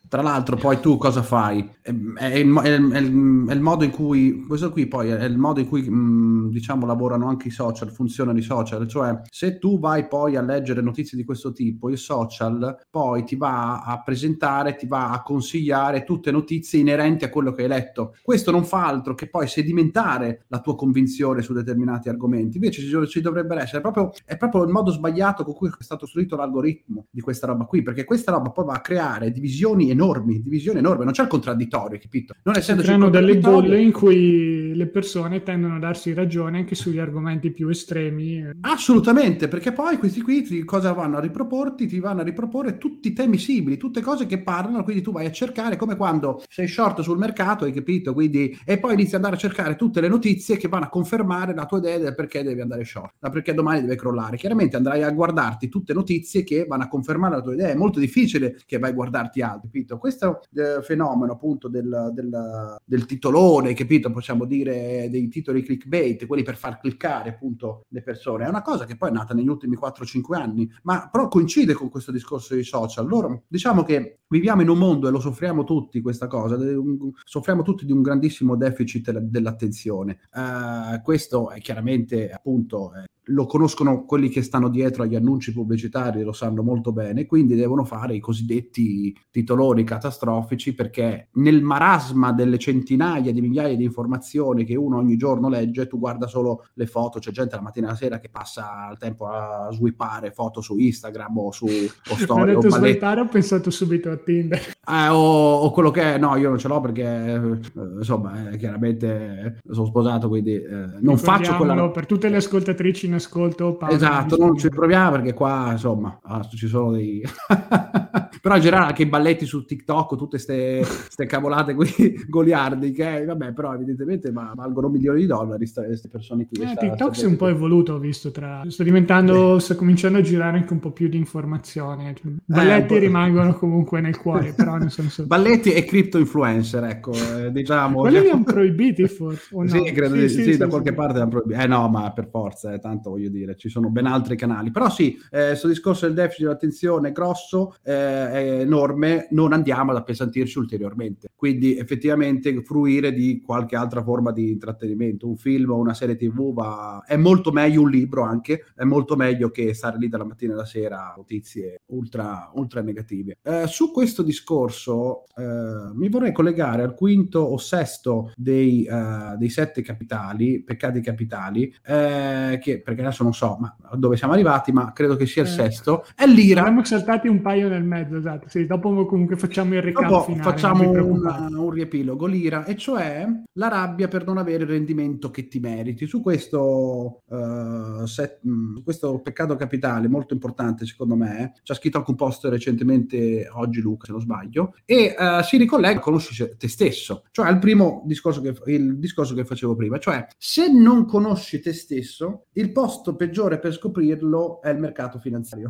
Tra l'altro poi tu cosa fai? È, è, il, è, il, è il modo in cui, questo qui poi è il modo in cui mh, diciamo lavorano anche i social, funzionano i social, cioè se tu vai poi a leggere notizie di questo tipo, il social poi ti va a presentare, ti va a consigliare tutte notizie inerenti a quello che hai letto. Questo non fa altro che poi sedimentare la tua convinzione su determinati argomenti, invece ci, ci dovrebbe essere proprio, è proprio il modo sbagliato con cui è stato costruito l'algoritmo di questa roba qui, perché questa roba poi va a creare divisioni enormi, divisioni enormi, non c'è il contraddittorio, capito? Non essendoci creano delle bolle in cui le persone tendono a darsi ragione anche sugli argomenti più estremi. Assolutamente, perché poi questi qui ti, cosa vanno a riproporti? Ti vanno a riproporre tutti i temi simili, tutte cose che parlano, quindi tu vai a cercare, come quando sei short sul mercato, hai capito? Quindi, e poi inizi ad andare a cercare tutte le notizie che vanno a confermare la tua idea del perché devi andare short, da perché domani deve crollare. Chiaramente andrai a guardarti tutte notizie che vanno a confermare la tua idea, è molto difficile che vai a guardarti altro, capito? Questo eh, fenomeno appunto del, del, del titolone, capito? Possiamo dire dei titoli clickbait, quelli per far cliccare appunto le persone, è una cosa che poi è nata negli ultimi quattro cinque anni, ma però coincide con questo discorso dei social. Loro, diciamo che viviamo in un mondo, e lo soffriamo tutti questa cosa, soffriamo tutti di un grandissimo deficit dell'attenzione. Uh, questo è chiaramente appunto eh, lo conoscono quelli che stanno dietro agli annunci pubblicitari, lo sanno molto bene, quindi devono fare i cosiddetti titoloni catastrofici, perché nel marasma delle centinaia di migliaia di informazioni che uno ogni giorno legge, tu guarda solo le foto, c'è gente la mattina e la sera che passa il tempo a swippare foto su Instagram o su o storie ho o detto swippare, ho pensato subito a Tinder. Eh, o, o quello che è, no, io non ce l'ho perché eh, insomma eh, chiaramente sono sposato, quindi eh, non faccio quella per tutte le ascoltatrici in ascolto, Paolo, esatto, non ci proviamo perché qua insomma ah, ci sono dei però in generale anche i balletti su TikTok, tutte queste cavolate qui goliardiche, eh, vabbè, però evidentemente ma, valgono milioni di dollari queste persone qui. Eh, sta, TikTok sta si è un po' evoluto, ho visto, tra sta diventando, sta cominciando a girare anche un po' più di informazione, cioè, balletti eh, rimangono comunque nel cuore, però nel senso balletti e crypto influencer, ecco, eh, diciamo quelli li hanno proibiti forse o no? Sì, credo sì, di, sì, sì, sì, da sì, qualche sì. parte hanno proibito. Eh no, ma per forza, eh, tanto voglio dire, ci sono ben altri canali. Però sì, questo eh, discorso del deficit dell'attenzione è grosso, eh, è enorme, non andiamo ad appesantirci ulteriormente. Quindi effettivamente fruire di qualche altra forma di intrattenimento, un film o una serie tivù va... è molto meglio, un libro anche, è molto meglio che stare lì dalla mattina alla sera notizie ultra, ultra negative. Eh, su questo discorso eh, mi vorrei collegare al quinto o sesto dei, uh, dei sette capitali, peccati capitali, eh, che perché adesso non so ma dove siamo arrivati, ma credo che sia il eh, sesto, è l'ira. Abbiamo saltati un paio nel mezzo, esatto, sì, dopo comunque facciamo il recap dopo finale. Facciamo un, un riepilogo, l'ira, e cioè la rabbia per non avere il rendimento che ti meriti. Su questo, uh, set, mh, questo peccato capitale molto importante secondo me, ci ha scritto anche un post recentemente oggi Luca se non sbaglio, e uh, si ricollega a conosci te stesso, cioè al primo discorso che, il discorso che facevo prima, cioè se non conosci te stesso il posto peggiore per scoprirlo è il mercato finanziario.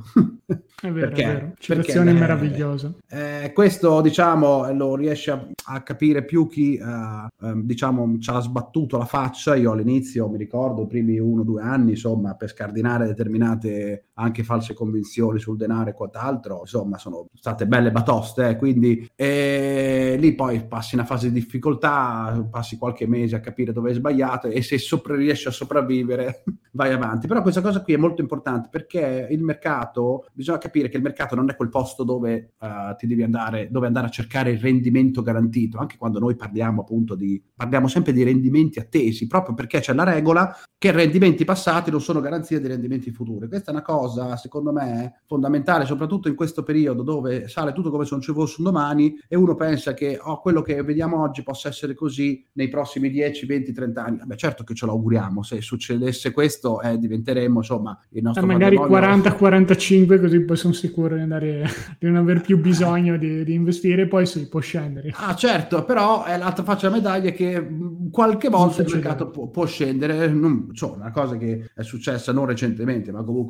È vero, perché? È vero. Citazione perché, meravigliosa. Eh, questo diciamo lo riesce a, a capire più chi uh, um, diciamo ci ha sbattuto la faccia. Io all'inizio mi ricordo i primi uno o due anni insomma per scardinare determinate anche false convinzioni sul denaro e quant'altro, insomma sono state belle batoste, eh, quindi eh, lì poi passi una fase di difficoltà, passi qualche mese a capire dove hai sbagliato e se sopra, riesci a sopravvivere vai avanti. Però questa cosa qui è molto importante perché il mercato, bisogna capire che il mercato non è quel posto dove uh, ti devi andare, dove andare a cercare il rendimento garantito, anche quando noi parliamo appunto di, parliamo sempre di rendimenti attesi, proprio perché c'è la regola che rendimenti passati non sono garanzia di rendimenti futuri. Questa è una cosa secondo me fondamentale, soprattutto in questo periodo dove sale tutto come se non ci fosse un domani e uno pensa che oh, quello che vediamo oggi possa essere così nei prossimi dieci, venti, trenta anni. Vabbè, certo che ce lo auguriamo, se succedesse questo eh, diventeremo insomma il nostro eh, magari patrimonio... quaranta quarantacinque, così poi sono sicuro di andare di non aver più bisogno di, di investire, poi sì, può scendere. Ah certo, però è l'altra faccia della medaglia che qualche volta il mercato può, può scendere. Non, cioè, una cosa che è successa non recentemente, ma comunque se vediamo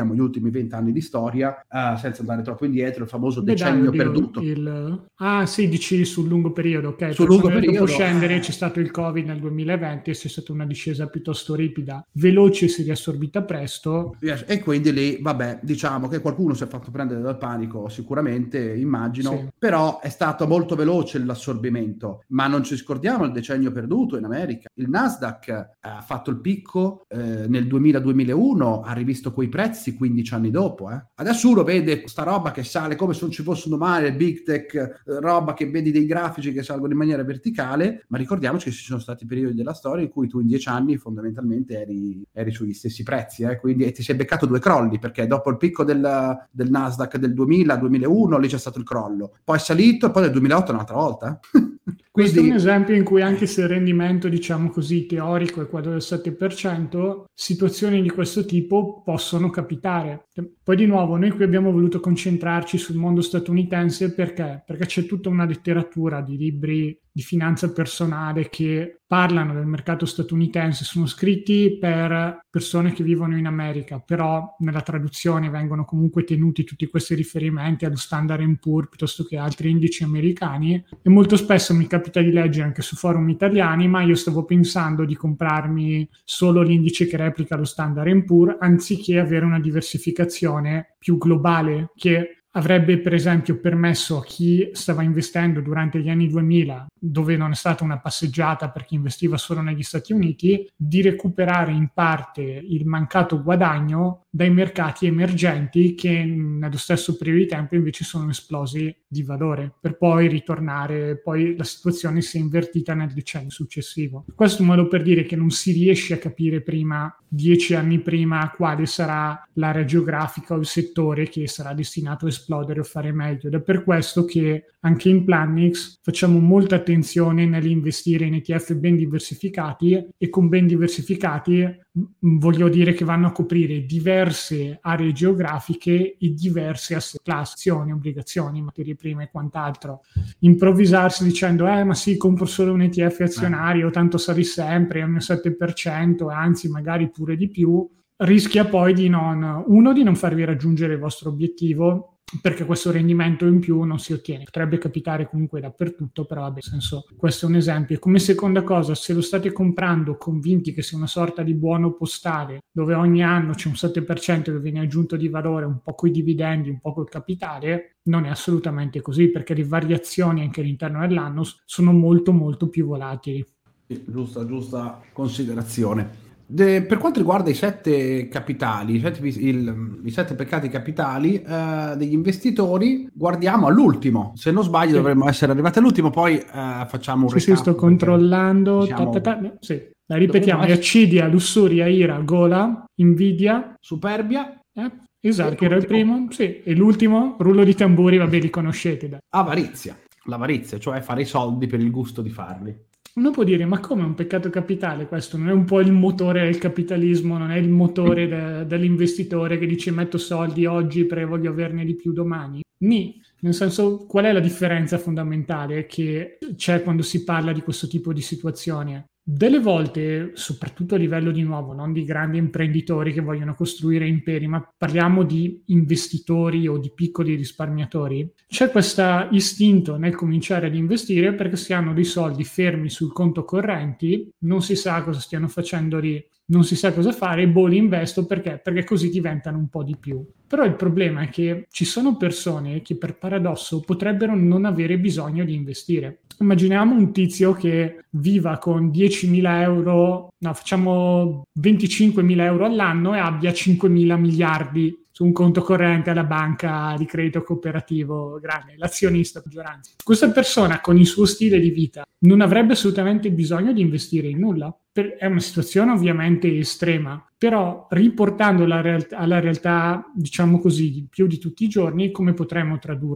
consideriamo gli ultimi vent'anni di storia, uh, senza andare troppo indietro, il famoso Beh, decennio dai, oddio, perduto. Il... Ah sì, dici sul lungo periodo, ok. Sul lungo periodo può scendere, eh... c'è stato il Covid nel duemilaventi e c'è stata una discesa piuttosto ripida, veloce e si è riassorbita presto. E quindi lì, vabbè, diciamo che qualcuno si è fatto prendere dal panico, sicuramente, immagino, sì. Però è stato molto veloce l'assorbimento, ma non ci scordiamo il decennio perduto in America. Il Nasdaq ha fatto il picco eh, nel duemila duemilauno, ha rivisto quei prezzi quindici anni dopo. Eh. Adesso uno vede sta roba che sale come se non ci fosse domani, big tech, eh, roba che vedi dei grafici che salgono in maniera verticale, ma ricordiamoci che ci sono stati periodi della storia in cui tu in dieci anni fondamentalmente eri, eri sugli stessi prezzi, eh, quindi e ti sei beccato due crolli, perché dopo il picco del, del Nasdaq del duemila duemilauno lì c'è stato il crollo, poi è salito e poi nel duemilaotto un'altra volta. Quindi, questo è un esempio in cui anche se il rendimento, diciamo così, teorico è quello del sette per cento, situazioni di questo tipo possono capitare. Poi di nuovo, noi qui abbiamo voluto concentrarci sul mondo statunitense perché? Perché c'è tutta una letteratura di libri di finanza personale che parlano del mercato statunitense, sono scritti per persone che vivono in America, però nella traduzione vengono comunque tenuti tutti questi riferimenti allo Standard and Poor's piuttosto che altri indici americani, e molto spesso mi capita di leggere anche su forum italiani, ma io stavo pensando di comprarmi solo l'indice che replica lo Standard and Poor's anziché avere una diversificazione più globale che avrebbe per esempio permesso a chi stava investendo durante gli anni duemila, dove non è stata una passeggiata per chi investiva solo negli Stati Uniti, di recuperare in parte il mancato guadagno dai mercati emergenti che nello stesso periodo di tempo invece sono esplosi di valore, per poi ritornare, poi la situazione si è invertita nel decennio successivo. Questo è un modo per dire che non si riesce a capire prima, dieci anni prima, quale sarà l'area geografica o il settore che sarà destinato a esplodere o fare meglio. Ed è per questo che anche in Plannix facciamo molta attenzione nell'investire in E T F ben diversificati, e con ben diversificati m- voglio dire che vanno a coprire diverse aree geografiche e diverse asset class, azioni, obbligazioni, materie prime e quant'altro. Improvvisarsi dicendo eh ma sì, compro solo un E T F azionario, tanto salì sempre, è un sette per cento, anzi magari pure di più, rischia poi di non, uno, di non farvi raggiungere il vostro obiettivo, perché questo rendimento in più non si ottiene. Potrebbe capitare comunque dappertutto, però vabbè, nel senso, questo è un esempio. E come seconda cosa, se lo state comprando convinti che sia una sorta di buono postale, dove ogni anno c'è un sette per cento che viene aggiunto di valore, un po' coi dividendi, un po' col capitale, non è assolutamente così, perché le variazioni anche all'interno dell'anno sono molto molto più volatili. Giusta, giusta considerazione. De, per quanto riguarda i sette capitali, i sette, il, i sette peccati capitali eh, degli investitori, guardiamo all'ultimo. Se non sbaglio, sì, dovremmo essere arrivati all'ultimo, poi eh, facciamo un sì, recap. Sì, sto controllando. Diciamo... Ta, ta, ta, sì. La ripetiamo: essere... Accidia, Lussuria, Ira, Gola, Invidia, Superbia. Eh, esatto, che era il primo. Sì. E l'ultimo, rullo di tamburi, vabbè, li conoscete. Dai. Avarizia. L'avarizia, cioè fare i soldi per il gusto di farli. Uno può dire, ma come un peccato capitale questo? Non è un po' il motore del capitalismo, non è il motore de- dell'investitore che dice metto soldi oggi perché voglio averne di più domani? Ni. Nel senso, qual è la differenza fondamentale che c'è quando si parla di questo tipo di situazione? Delle volte, soprattutto a livello di nuovo, non di grandi imprenditori che vogliono costruire imperi, ma parliamo di investitori o di piccoli risparmiatori, c'è questo istinto nel cominciare ad investire perché si hanno dei soldi fermi sul conto correnti, non si sa cosa stiano facendo lì, non si sa cosa fare, boh, li investo perché? Perché così diventano un po' di più. Però il problema è che ci sono persone che per paradosso potrebbero non avere bisogno di investire. Immaginiamo un tizio che viva con diecimila euro, no, facciamo venticinquemila euro all'anno e abbia cinquemila miliardi su un conto corrente alla banca di credito cooperativo grande, l'azionista maggioranza. Questa persona con il suo stile di vita non avrebbe assolutamente bisogno di investire in nulla. Per, è una situazione ovviamente estrema, però riportando la real- alla realtà, diciamo così, più di tutti i giorni, come potremmo tradurla?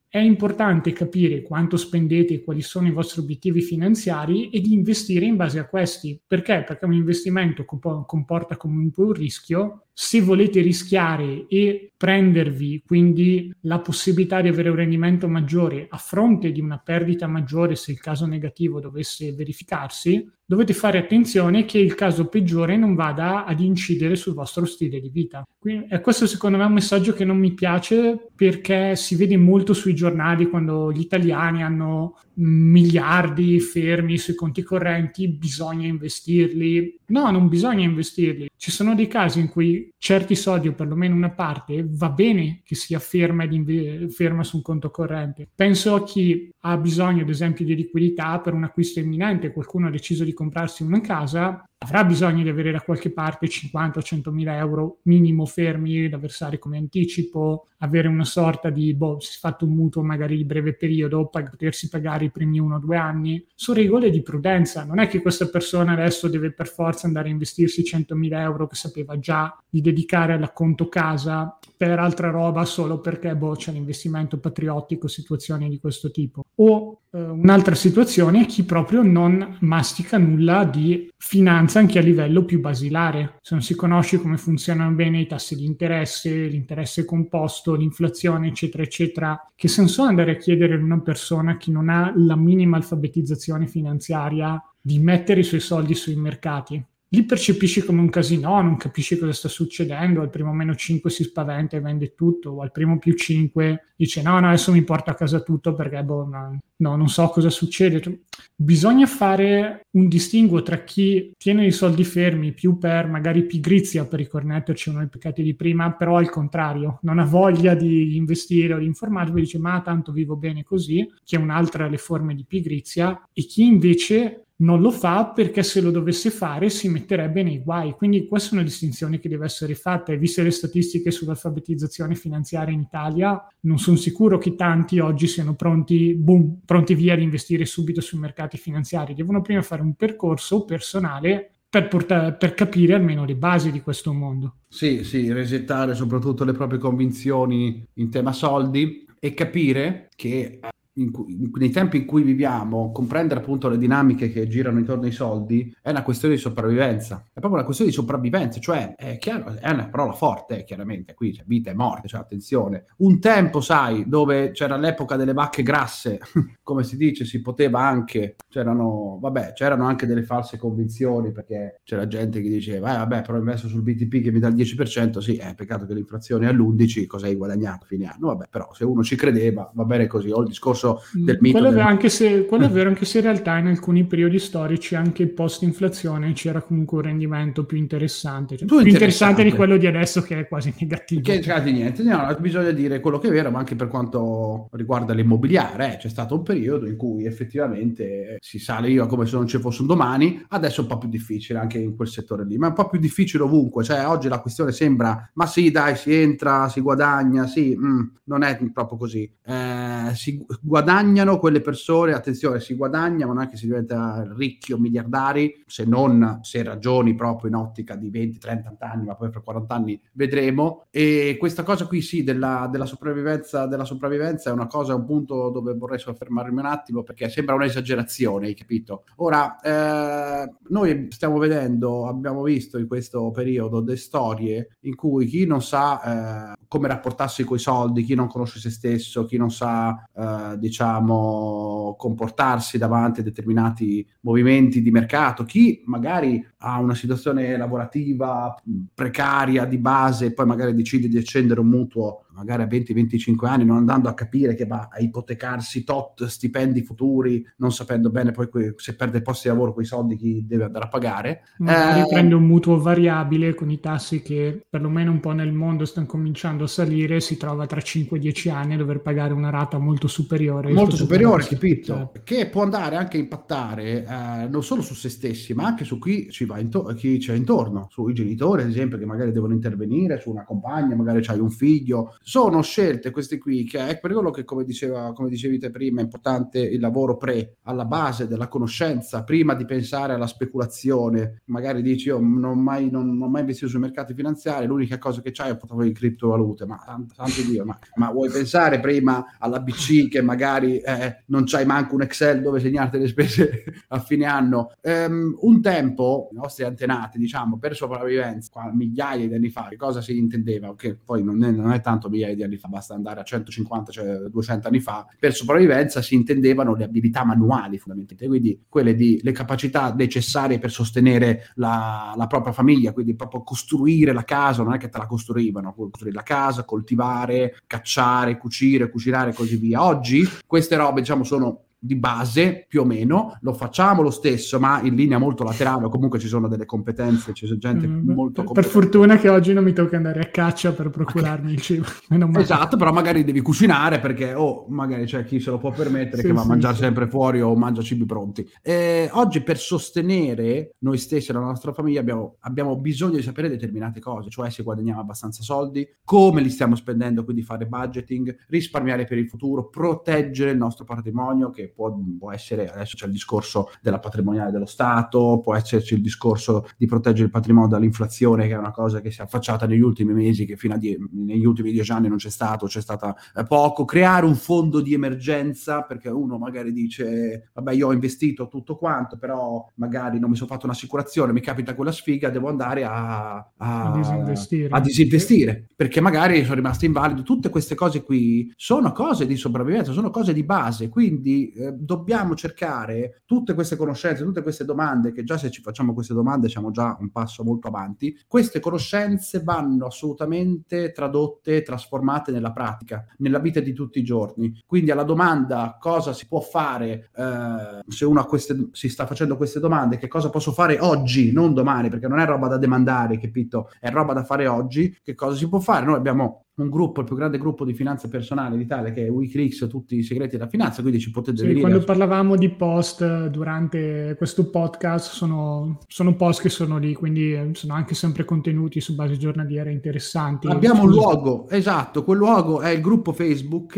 è importante capire quanto spendete e quali sono i vostri obiettivi finanziari e di investire in base a questi. Perché? Perché un investimento comp- comporta comunque un rischio. Se volete rischiare e prendervi quindi la possibilità di avere un rendimento maggiore a fronte di una perdita maggiore, se il caso negativo dovesse verificarsi, dovete fare attenzione che il caso peggiore non vada ad incidere sul vostro stile di vita. Quindi, eh, questo secondo me è un messaggio che non mi piace, perché si vede molto sui giornali quando gli italiani hanno miliardi fermi sui conti correnti, bisogna investirli. No, non bisogna investirli. Ci sono dei casi in cui certi soldi, o perlomeno una parte, va bene che sia ferma, ed inve- ferma su un conto corrente. Penso a chi ha bisogno, ad esempio, di liquidità per un acquisto imminente. Qualcuno ha deciso di comprarsi una casa, avrà bisogno di avere da qualche parte cinquanta o centomila euro minimo fermi da versare come anticipo, avere una sorta di, boh, si è fatto un mutuo magari di breve periodo, pag- potersi pagare i primi uno o due anni. Sono regole di prudenza. Non è che questa persona adesso deve per forza andare a investirsi centomila euro che sapeva già di dedicare all'acconto casa per altra roba solo perché boh, c'è l'investimento patriottico, situazioni di questo tipo. O eh, un'altra situazione è chi proprio non mastica nulla di finanza anche a livello più basilare. Se non si conosce come funzionano bene i tassi di interesse, l'interesse composto, l'inflazione, eccetera, eccetera, che senso andare a chiedere ad una persona che non ha la minima alfabetizzazione finanziaria di mettere i suoi soldi sui mercati? Li percepisci come un casino, non capisci cosa sta succedendo, al primo meno cinque si spaventa e vende tutto, o al primo più cinque dice no, no, adesso mi porto a casa tutto perché boh, no, no, non so cosa succede. Bisogna fare un distinguo tra chi tiene i soldi fermi più per magari pigrizia, per riconnetterci uno dei peccati di prima, però al contrario, non ha voglia di investire o di informarsi, dice ma tanto vivo bene così, che è un'altra delle forme di pigrizia, e chi invece non lo fa perché se lo dovesse fare si metterebbe nei guai. Quindi questa è una distinzione che deve essere fatta, e viste le statistiche sull'alfabetizzazione finanziaria in Italia, non sono sicuro che tanti oggi siano pronti, boom, pronti via ad investire subito sui mercati finanziari. Devono prima fare un percorso personale per, portare, per capire almeno le basi di questo mondo. Sì, sì, resettare soprattutto le proprie convinzioni in tema soldi e capire che In cui, nei tempi in cui viviamo, comprendere appunto le dinamiche che girano intorno ai soldi è una questione di sopravvivenza, è proprio una questione di sopravvivenza, cioè è chiaro, è una parola forte, chiaramente, qui c'è vita e morte, cioè attenzione. Un tempo, sai, dove c'era l'epoca delle vacche grasse, come si dice, si poteva anche, c'erano, vabbè, c'erano anche delle false convinzioni, perché c'era gente che diceva, eh, vabbè, però ho messo sul B T P che mi dà il dieci per cento, sì, è peccato che l'inflazione è all'undici per cento, cosa hai guadagnato a fine anno? Vabbè, però se uno ci credeva, va bene così, ho il discorso del mito quello, del... è anche se, quello è vero, anche se in realtà in alcuni periodi storici, anche post-inflazione, c'era comunque un rendimento più interessante, cioè, più interessante. interessante di quello di adesso, che è quasi negativo. Che è niente, no, bisogna dire quello che è vero, ma anche per quanto riguarda l'immobiliare, eh, c'è stato un periodo in cui effettivamente si sale io come se non ci fosse un domani, adesso è un po' più difficile anche in quel settore lì, ma è un po' più difficile ovunque, cioè oggi la questione sembra, ma sì dai, si entra, si guadagna, sì, mm, non è proprio così, eh, si guadagnano quelle persone, attenzione, si guadagna, ma non è che si diventa ricchi o miliardari, se non se ragioni proprio in ottica di venti trenta anni, ma poi per quaranta anni vedremo. E questa cosa qui sì, della, della sopravvivenza della sopravvivenza è una cosa, è un punto dove vorrei soffermarmi un attimo, perché sembra un'esagerazione, hai capito? Ora, eh, noi stiamo vedendo, abbiamo visto in questo periodo delle storie in cui chi non sa eh, come rapportarsi coi soldi, chi non conosce se stesso, chi non sa eh, diciamo comportarsi davanti a determinati movimenti di mercato, chi magari ha una situazione lavorativa precaria di base e poi magari decide di accendere un mutuo magari a venti venticinque anni, non andando a capire che va a ipotecarsi tot stipendi futuri, non sapendo bene poi que- se perde il posto di lavoro quei soldi chi deve andare a pagare. Magari eh, prende un mutuo variabile con i tassi che perlomeno un po' nel mondo stanno cominciando a salire, si trova tra cinque dieci anni a dover pagare una rata molto superiore. molto superiore, capito? Certo. Che può andare anche a impattare eh, non solo su se stessi, ma anche su chi ci va intorno, chi c'è intorno, sui genitori ad esempio, che magari devono intervenire, su una compagna, magari c'hai un figlio, sono scelte queste qui che è per quello che, come diceva, come dicevi te prima, è importante il lavoro pre, alla base della conoscenza, prima di pensare alla speculazione. Magari dici io non ho mai, non, non ho mai investito sui mercati finanziari, l'unica cosa che c'hai è un portafoglio di criptovalute, ma santo Dio, ma, ma vuoi pensare prima alla B C che magari eh, non c'hai manco un Excel dove segnarti le spese a fine anno? Um, un tempo i nostri antenati, diciamo, per sopravvivenza, qua, migliaia di anni fa, che cosa si intendeva? Che poi non è, non è tanto migliaia di anni fa, basta andare a centocinquanta, cioè duecento anni fa. Per sopravvivenza si intendevano le abilità manuali fondamentalmente, quindi quelle di le capacità necessarie per sostenere la, la propria famiglia, quindi proprio costruire la casa, non è che te la costruivano, costruire la casa, coltivare, cacciare, cucire, cucinare e così via. Oggi queste robe, diciamo, sono di base, più o meno, lo facciamo lo stesso, ma in linea molto laterale, o comunque ci sono delle competenze, c'è gente mm, molto competente. Per fortuna che oggi non mi tocca andare a caccia per procurarmi okay. il cibo. Non esatto, però magari devi cucinare perché, o oh, magari c'è chi se lo può permettere sì, che va sì, a mangiare sì. sempre fuori o mangia cibi pronti. E oggi per sostenere noi stessi e la nostra famiglia abbiamo, abbiamo bisogno di sapere determinate cose, cioè se guadagniamo abbastanza soldi, come li stiamo spendendo, quindi fare budgeting, risparmiare per il futuro, proteggere il nostro patrimonio, che Può, può essere, adesso c'è il discorso della patrimoniale dello Stato, può esserci il discorso di proteggere il patrimonio dall'inflazione, che è una cosa che si è affacciata negli ultimi mesi, che fino a die- negli ultimi dieci anni non c'è stato, c'è stata eh, poco. Creare un fondo di emergenza, perché uno magari dice vabbè io ho investito tutto quanto, però magari non mi sono fatto un'assicurazione, mi capita quella sfiga, devo andare a, a, a disinvestire, a disinvestire perché magari sono rimasto invalido. Tutte queste cose qui sono cose di sopravvivenza, sono cose di base, quindi Eh, dobbiamo cercare tutte queste conoscenze, tutte queste domande, che già se ci facciamo queste domande siamo già un passo molto avanti. Queste conoscenze vanno assolutamente tradotte, trasformate nella pratica, nella vita di tutti i giorni. Quindi alla domanda cosa si può fare, eh, se uno a queste, si sta facendo queste domande, che cosa posso fare oggi, non domani, perché non è roba da demandare, capito? È roba da fare oggi. Che cosa si può fare? Noi abbiamo un gruppo, il più grande gruppo di finanza personale d'Italia, che è Wikileaks, tutti i segreti della finanza, quindi ci potete sì, venire. Quando a... parlavamo di post durante questo podcast, sono, sono post che sono lì, quindi sono anche sempre contenuti su base giornaliera interessanti. Abbiamo un luogo, esatto, quel luogo è il gruppo Facebook,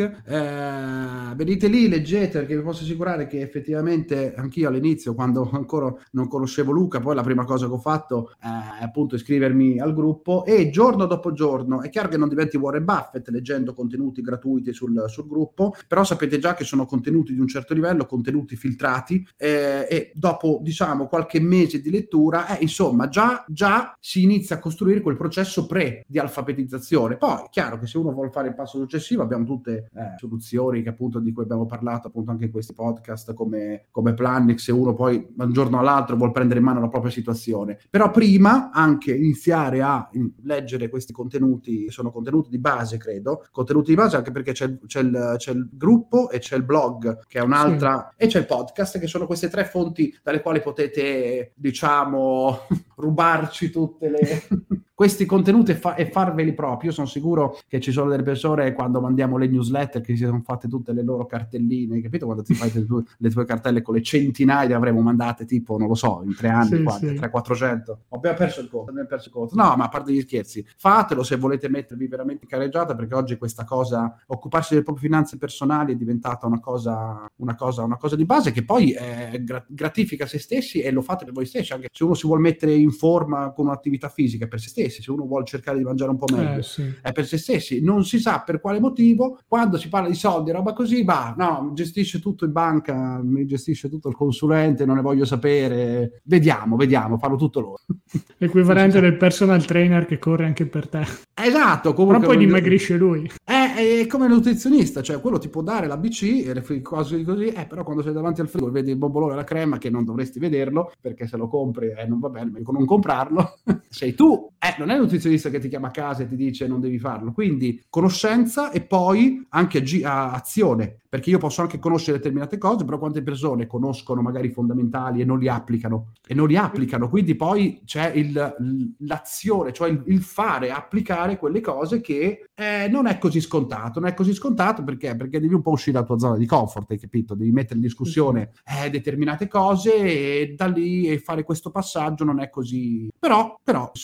eh, venite lì, leggete, perché vi posso assicurare che effettivamente anch'io all'inizio, quando ancora non conoscevo Luca, poi la prima cosa che ho fatto è appunto iscrivermi al gruppo, e giorno dopo giorno, è chiaro che non diventi Warren Buffett leggendo contenuti gratuiti sul, sul gruppo, però sapete già che sono contenuti di un certo livello, contenuti filtrati, eh, e dopo diciamo qualche mese di lettura, eh, insomma già, già si inizia a costruire quel processo pre di alfabetizzazione. Poi è chiaro che se uno vuole fare il passo successivo abbiamo tutte eh, soluzioni che appunto di cui abbiamo parlato appunto anche in questi podcast, come, come Planix, se uno poi da un giorno all'altro vuole prendere in mano la propria situazione. Però prima anche iniziare a in, leggere questi contenuti, sono contenuti di base, credo, contenuti di base, anche perché c'è, c'è, il, c'è il gruppo e c'è il blog, che è un'altra, sì. E c'è il podcast, che sono queste tre fonti dalle quali potete, diciamo, rubarci tutte le... questi contenuti e, fa- e farveli proprio. Io sono sicuro che ci sono delle persone, quando mandiamo le newsletter, che si sono fatte tutte le loro cartelline, capito? Quando ti fai le tue, le tue cartelle con le centinaia, le avremo mandate tipo, non lo so, in tre anni, sì, quante, sì. trecento quattrocento. Abbiamo perso il conto, abbiamo perso il conto. No, ma a parte gli scherzi, fatelo se volete mettervi veramente in carreggiata, perché oggi questa cosa, occuparsi delle proprie finanze personali, è diventata una cosa, una cosa, una cosa di base, che poi eh, gratifica se stessi, e lo fate per voi stessi, anche se uno si vuole mettere in forma con un'attività fisica, per se stessi. Se uno vuole cercare di mangiare un po' meglio, eh, sì. è per se stessi. Non si sa per quale motivo, quando si parla di soldi e roba così, va, no, gestisce tutto in banca, mi gestisce tutto il consulente, non ne voglio sapere, vediamo, vediamo, fanno tutto loro. L'equivalente del personal trainer che corre anche per te. Esatto, comunque. Però poi dimagrisce lui. È, è come il nutrizionista, cioè quello ti può dare l'A B C e le cose così, eh, però quando sei davanti al frigo e vedi il bombolone e la crema, che non dovresti vederlo, perché se lo compri eh, non va bene, meglio non comprarlo, sei tu, eh, non è il nutrizionista che ti chiama a casa e ti dice non devi farlo. Quindi conoscenza e poi anche ag- azione, perché io posso anche conoscere determinate cose, però quante persone conoscono magari i fondamentali e non li applicano, e non li applicano, quindi poi c'è il, l'azione, cioè il, il fare, applicare quelle cose che eh, non è così scontato, non è così scontato perché? Perché devi un po' uscire dalla tua zona di comfort, hai capito? Devi mettere in discussione eh, determinate cose, e da lì e fare questo passaggio non è così, però, però insomma ci si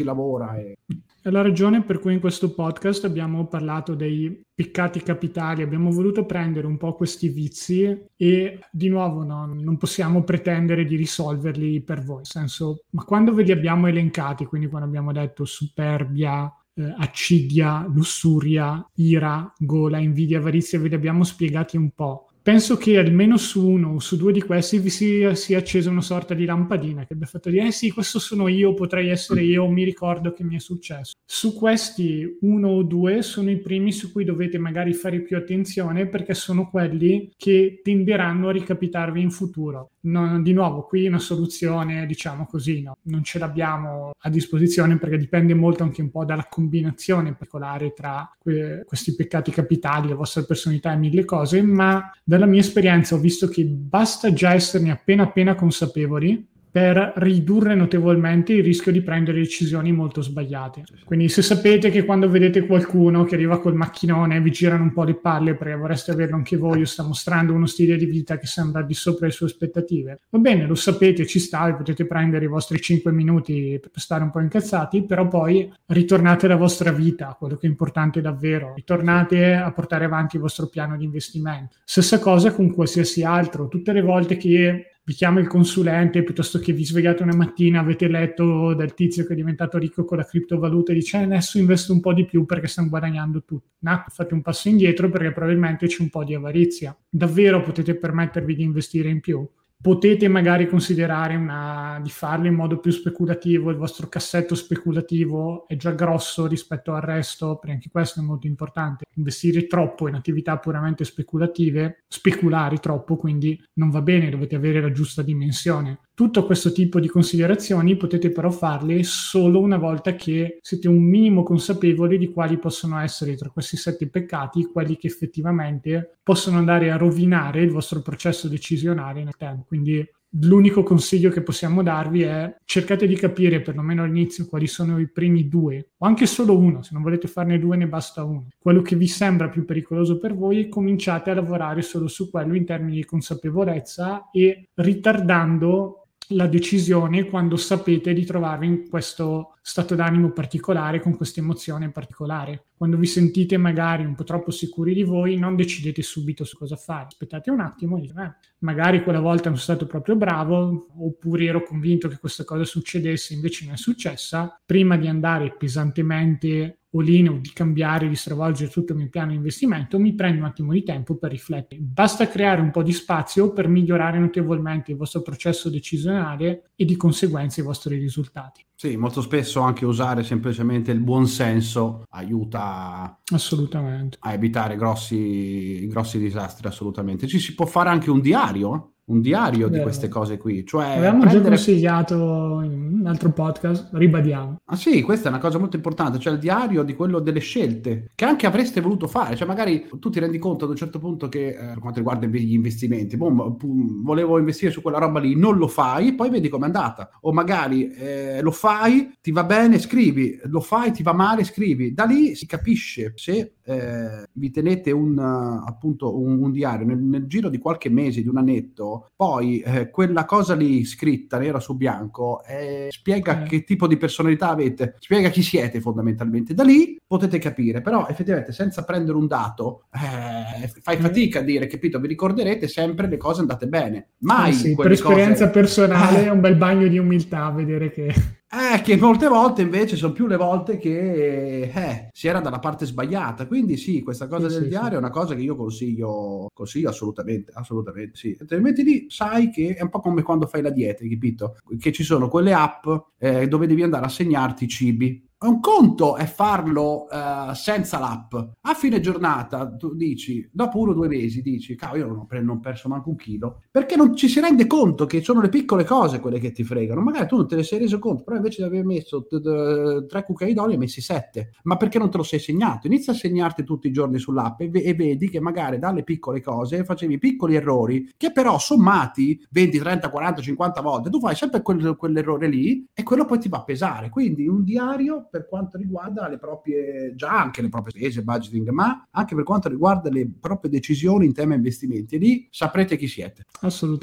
lavora. E... È la ragione per cui in questo podcast abbiamo parlato dei peccati capitali, abbiamo voluto prendere un po' questi vizi e di nuovo no, non possiamo pretendere di risolverli per voi, nel senso, ma quando ve li abbiamo elencati, quindi quando abbiamo detto superbia, eh, accidia, lussuria, ira, gola, invidia, avarizia, ve li abbiamo spiegati un po'. Penso che almeno su uno o su due di questi vi sia, sia accesa una sorta di lampadina che abbia fatto dire, eh sì, questo sono io, potrei essere io, mi ricordo che mi è successo. Su questi uno o due sono i primi su cui dovete magari fare più attenzione perché sono quelli che tenderanno a ricapitarvi in futuro. Non, di nuovo, qui una soluzione, diciamo così, no? Non ce l'abbiamo a disposizione perché dipende molto anche un po' dalla combinazione particolare tra que- questi peccati capitali, la vostra personalità e mille cose, ma dalla mia esperienza ho visto che basta già esserne appena appena consapevoli per ridurre notevolmente il rischio di prendere decisioni molto sbagliate. Quindi se sapete che quando vedete qualcuno che arriva col macchinone vi girano un po' le palle perché vorreste averlo anche voi o sta mostrando uno stile di vita che sembra di sopra le sue aspettative, va bene, lo sapete, ci sta, potete prendere i vostri cinque minuti per stare un po' incazzati, però poi ritornate alla vostra vita, quello che è importante davvero, ritornate a portare avanti il vostro piano di investimento. Stessa cosa con qualsiasi altro, tutte le volte che vi chiama il consulente piuttosto che vi svegliate una mattina, avete letto del tizio che è diventato ricco con la criptovaluta e dice adesso investo un po' di più perché stanno guadagnando tutti. No, fate un passo indietro perché probabilmente c'è un po' di avarizia. Davvero potete permettervi di investire in più? Potete magari considerare una, di farlo in modo più speculativo, il vostro cassetto speculativo è già grosso rispetto al resto, perché anche questo è molto importante. Investire troppo in attività puramente speculative, speculare troppo, quindi non va bene, dovete avere la giusta dimensione. Tutto questo tipo di considerazioni potete però farle solo una volta che siete un minimo consapevoli di quali possono essere tra questi sette peccati quelli che effettivamente possono andare a rovinare il vostro processo decisionale nel tempo. Quindi l'unico consiglio che possiamo darvi è cercate di capire perlomeno all'inizio quali sono i primi due o anche solo uno, se non volete farne due ne basta uno, quello che vi sembra più pericoloso per voi, cominciate a lavorare solo su quello in termini di consapevolezza e ritardando la decisione quando sapete di trovarvi in questo stato d'animo particolare, con questa emozione particolare. Quando vi sentite magari un po' troppo sicuri di voi, non decidete subito su cosa fare. Aspettate un attimo e dite, eh, magari quella volta non sono stato proprio bravo, oppure ero convinto che questa cosa succedesse, invece non è successa. Prima di andare pesantemente o lineo di cambiare, di stravolgere tutto il mio piano di investimento, mi prendo un attimo di tempo per riflettere. Basta creare un po' di spazio per migliorare notevolmente il vostro processo decisionale e di conseguenza i vostri risultati. Sì, molto spesso anche usare semplicemente il buon senso aiuta assolutamente a evitare grossi, grossi disastri, assolutamente. Ci si può fare anche un diario, un diario di queste cose qui. Cioè avevamo prendere... già consigliato in un altro podcast, ribadiamo. Ah sì, questa è una cosa molto importante, cioè il diario di quello delle scelte che anche avreste voluto fare, cioè magari tu ti rendi conto ad un certo punto che eh, per quanto riguarda gli investimenti, boom, boom, volevo investire su quella roba lì, non lo fai, poi vedi com'è andata, o magari eh, lo fai, ti va bene, scrivi, lo fai, ti va male, scrivi, da lì si capisce se eh, vi tenete un uh, appunto un, un diario nel, nel giro di qualche mese, di un annetto, poi eh, quella cosa lì scritta nera su bianco eh, spiega eh. che tipo di personalità avete, spiega chi siete fondamentalmente, da lì potete capire, però effettivamente senza prendere un dato eh, fai fatica a dire, capito, vi ricorderete sempre le cose andate bene, mai eh sì, per esperienza cose... personale eh. è un bel bagno di umiltà vedere che Eh, che molte volte invece sono più le volte che eh, si era dalla parte sbagliata, quindi sì, questa cosa sì, del sì, diario sì. è una cosa che io consiglio, consiglio assolutamente, assolutamente sì, altrimenti lì sai che è un po' come quando fai la dieta, capito? Che ci sono quelle app eh, dove devi andare a segnarti i cibi. Un conto è farlo uh, senza l'app. A fine giornata tu dici, dopo uno o due mesi dici, cavolo, io non ho, pre- non ho perso manco un chilo, perché non ci si rende conto che sono le piccole cose quelle che ti fregano. Magari tu non te ne sei reso conto, però invece di aver messo t- t- tre cucchiai d'olio hai messi sette. Ma perché non te lo sei segnato? Inizia a segnarti tutti i giorni sull'app e, v- e vedi che magari dalle piccole cose facevi piccoli errori che però sommati venti, trenta, quaranta, cinquanta volte tu fai sempre quel, quell'errore lì e quello poi ti va a pesare. Quindi un diario per quanto riguarda le proprie, già anche le proprie spese, budgeting, ma anche per quanto riguarda le proprie decisioni in tema investimenti, e lì saprete chi siete. Assolutamente.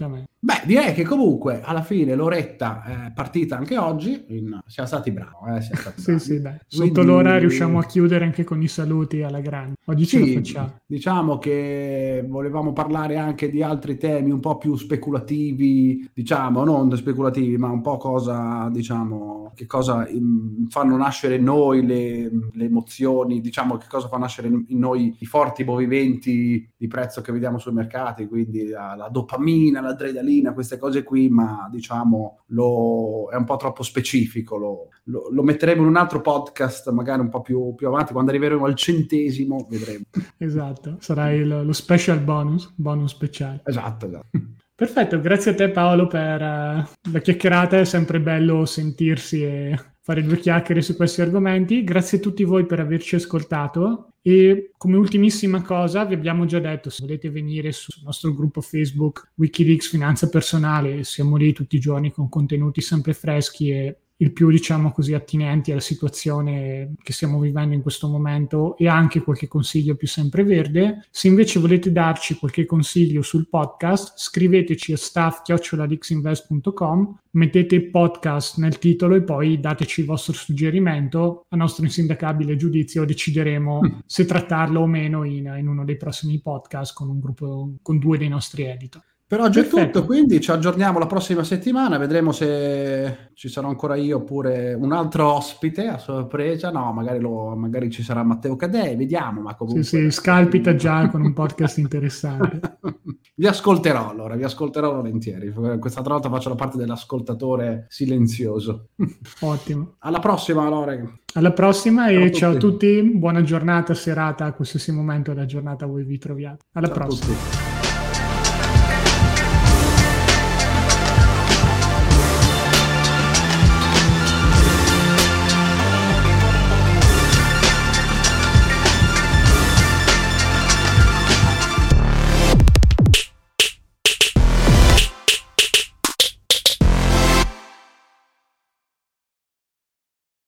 Beh, direi che comunque alla fine l'oretta è partita anche oggi, in... siamo stati bravi. Eh, siamo stati sì, bravi. sì, dai. Quindi... Sotto l'ora riusciamo a chiudere anche con i saluti alla grande. Oggi ce sì, la facciamo. Diciamo che volevamo parlare anche di altri temi un po' più speculativi, diciamo, non speculativi, ma un po' cosa, diciamo, che cosa in... fanno nascere in noi le, le emozioni, diciamo, che cosa fa nascere in, in noi i forti movimenti di prezzo che vediamo sui mercati, quindi la, la dopamina, l'adrenalina, queste cose qui, ma diciamo lo, è un po' troppo specifico, lo, lo, lo metteremo in un altro podcast magari un po' più, più avanti, quando arriveremo al centesimo vedremo. Esatto, sarà il, lo special bonus, bonus speciale. Esatto, esatto. Perfetto, grazie a te Paolo per uh, la chiacchierata, è sempre bello sentirsi e fare due chiacchiere su questi argomenti. Grazie a tutti voi per averci ascoltato e come ultimissima cosa vi abbiamo già detto, se volete venire sul nostro gruppo Facebook Wikileaks Finanza Personale, siamo lì tutti i giorni con contenuti sempre freschi e il più, diciamo così, attinenti alla situazione che stiamo vivendo in questo momento e anche qualche consiglio più sempreverde. Se invece volete darci qualche consiglio sul podcast, scriveteci a staff chiocciola lixinvest punto com, mettete podcast nel titolo e poi dateci il vostro suggerimento. A nostro insindacabile giudizio decideremo mm. se trattarlo o meno in, in uno dei prossimi podcast con un gruppo, con due dei nostri editor. Per oggi è tutto, quindi ci aggiorniamo la prossima settimana, vedremo se ci sarò ancora io oppure un altro ospite a sorpresa, no, magari, lo, magari ci sarà Matteo Cadei, vediamo, ma comunque... Sì, sì, scalpita già con un podcast interessante. Vi ascolterò allora, vi ascolterò volentieri, questa volta faccio la parte dell'ascoltatore silenzioso. Ottimo. Alla prossima allora. Alla prossima ciao e a ciao a tutti, buona giornata, serata, a qualsiasi momento della giornata voi vi troviate. Alla ciao prossima.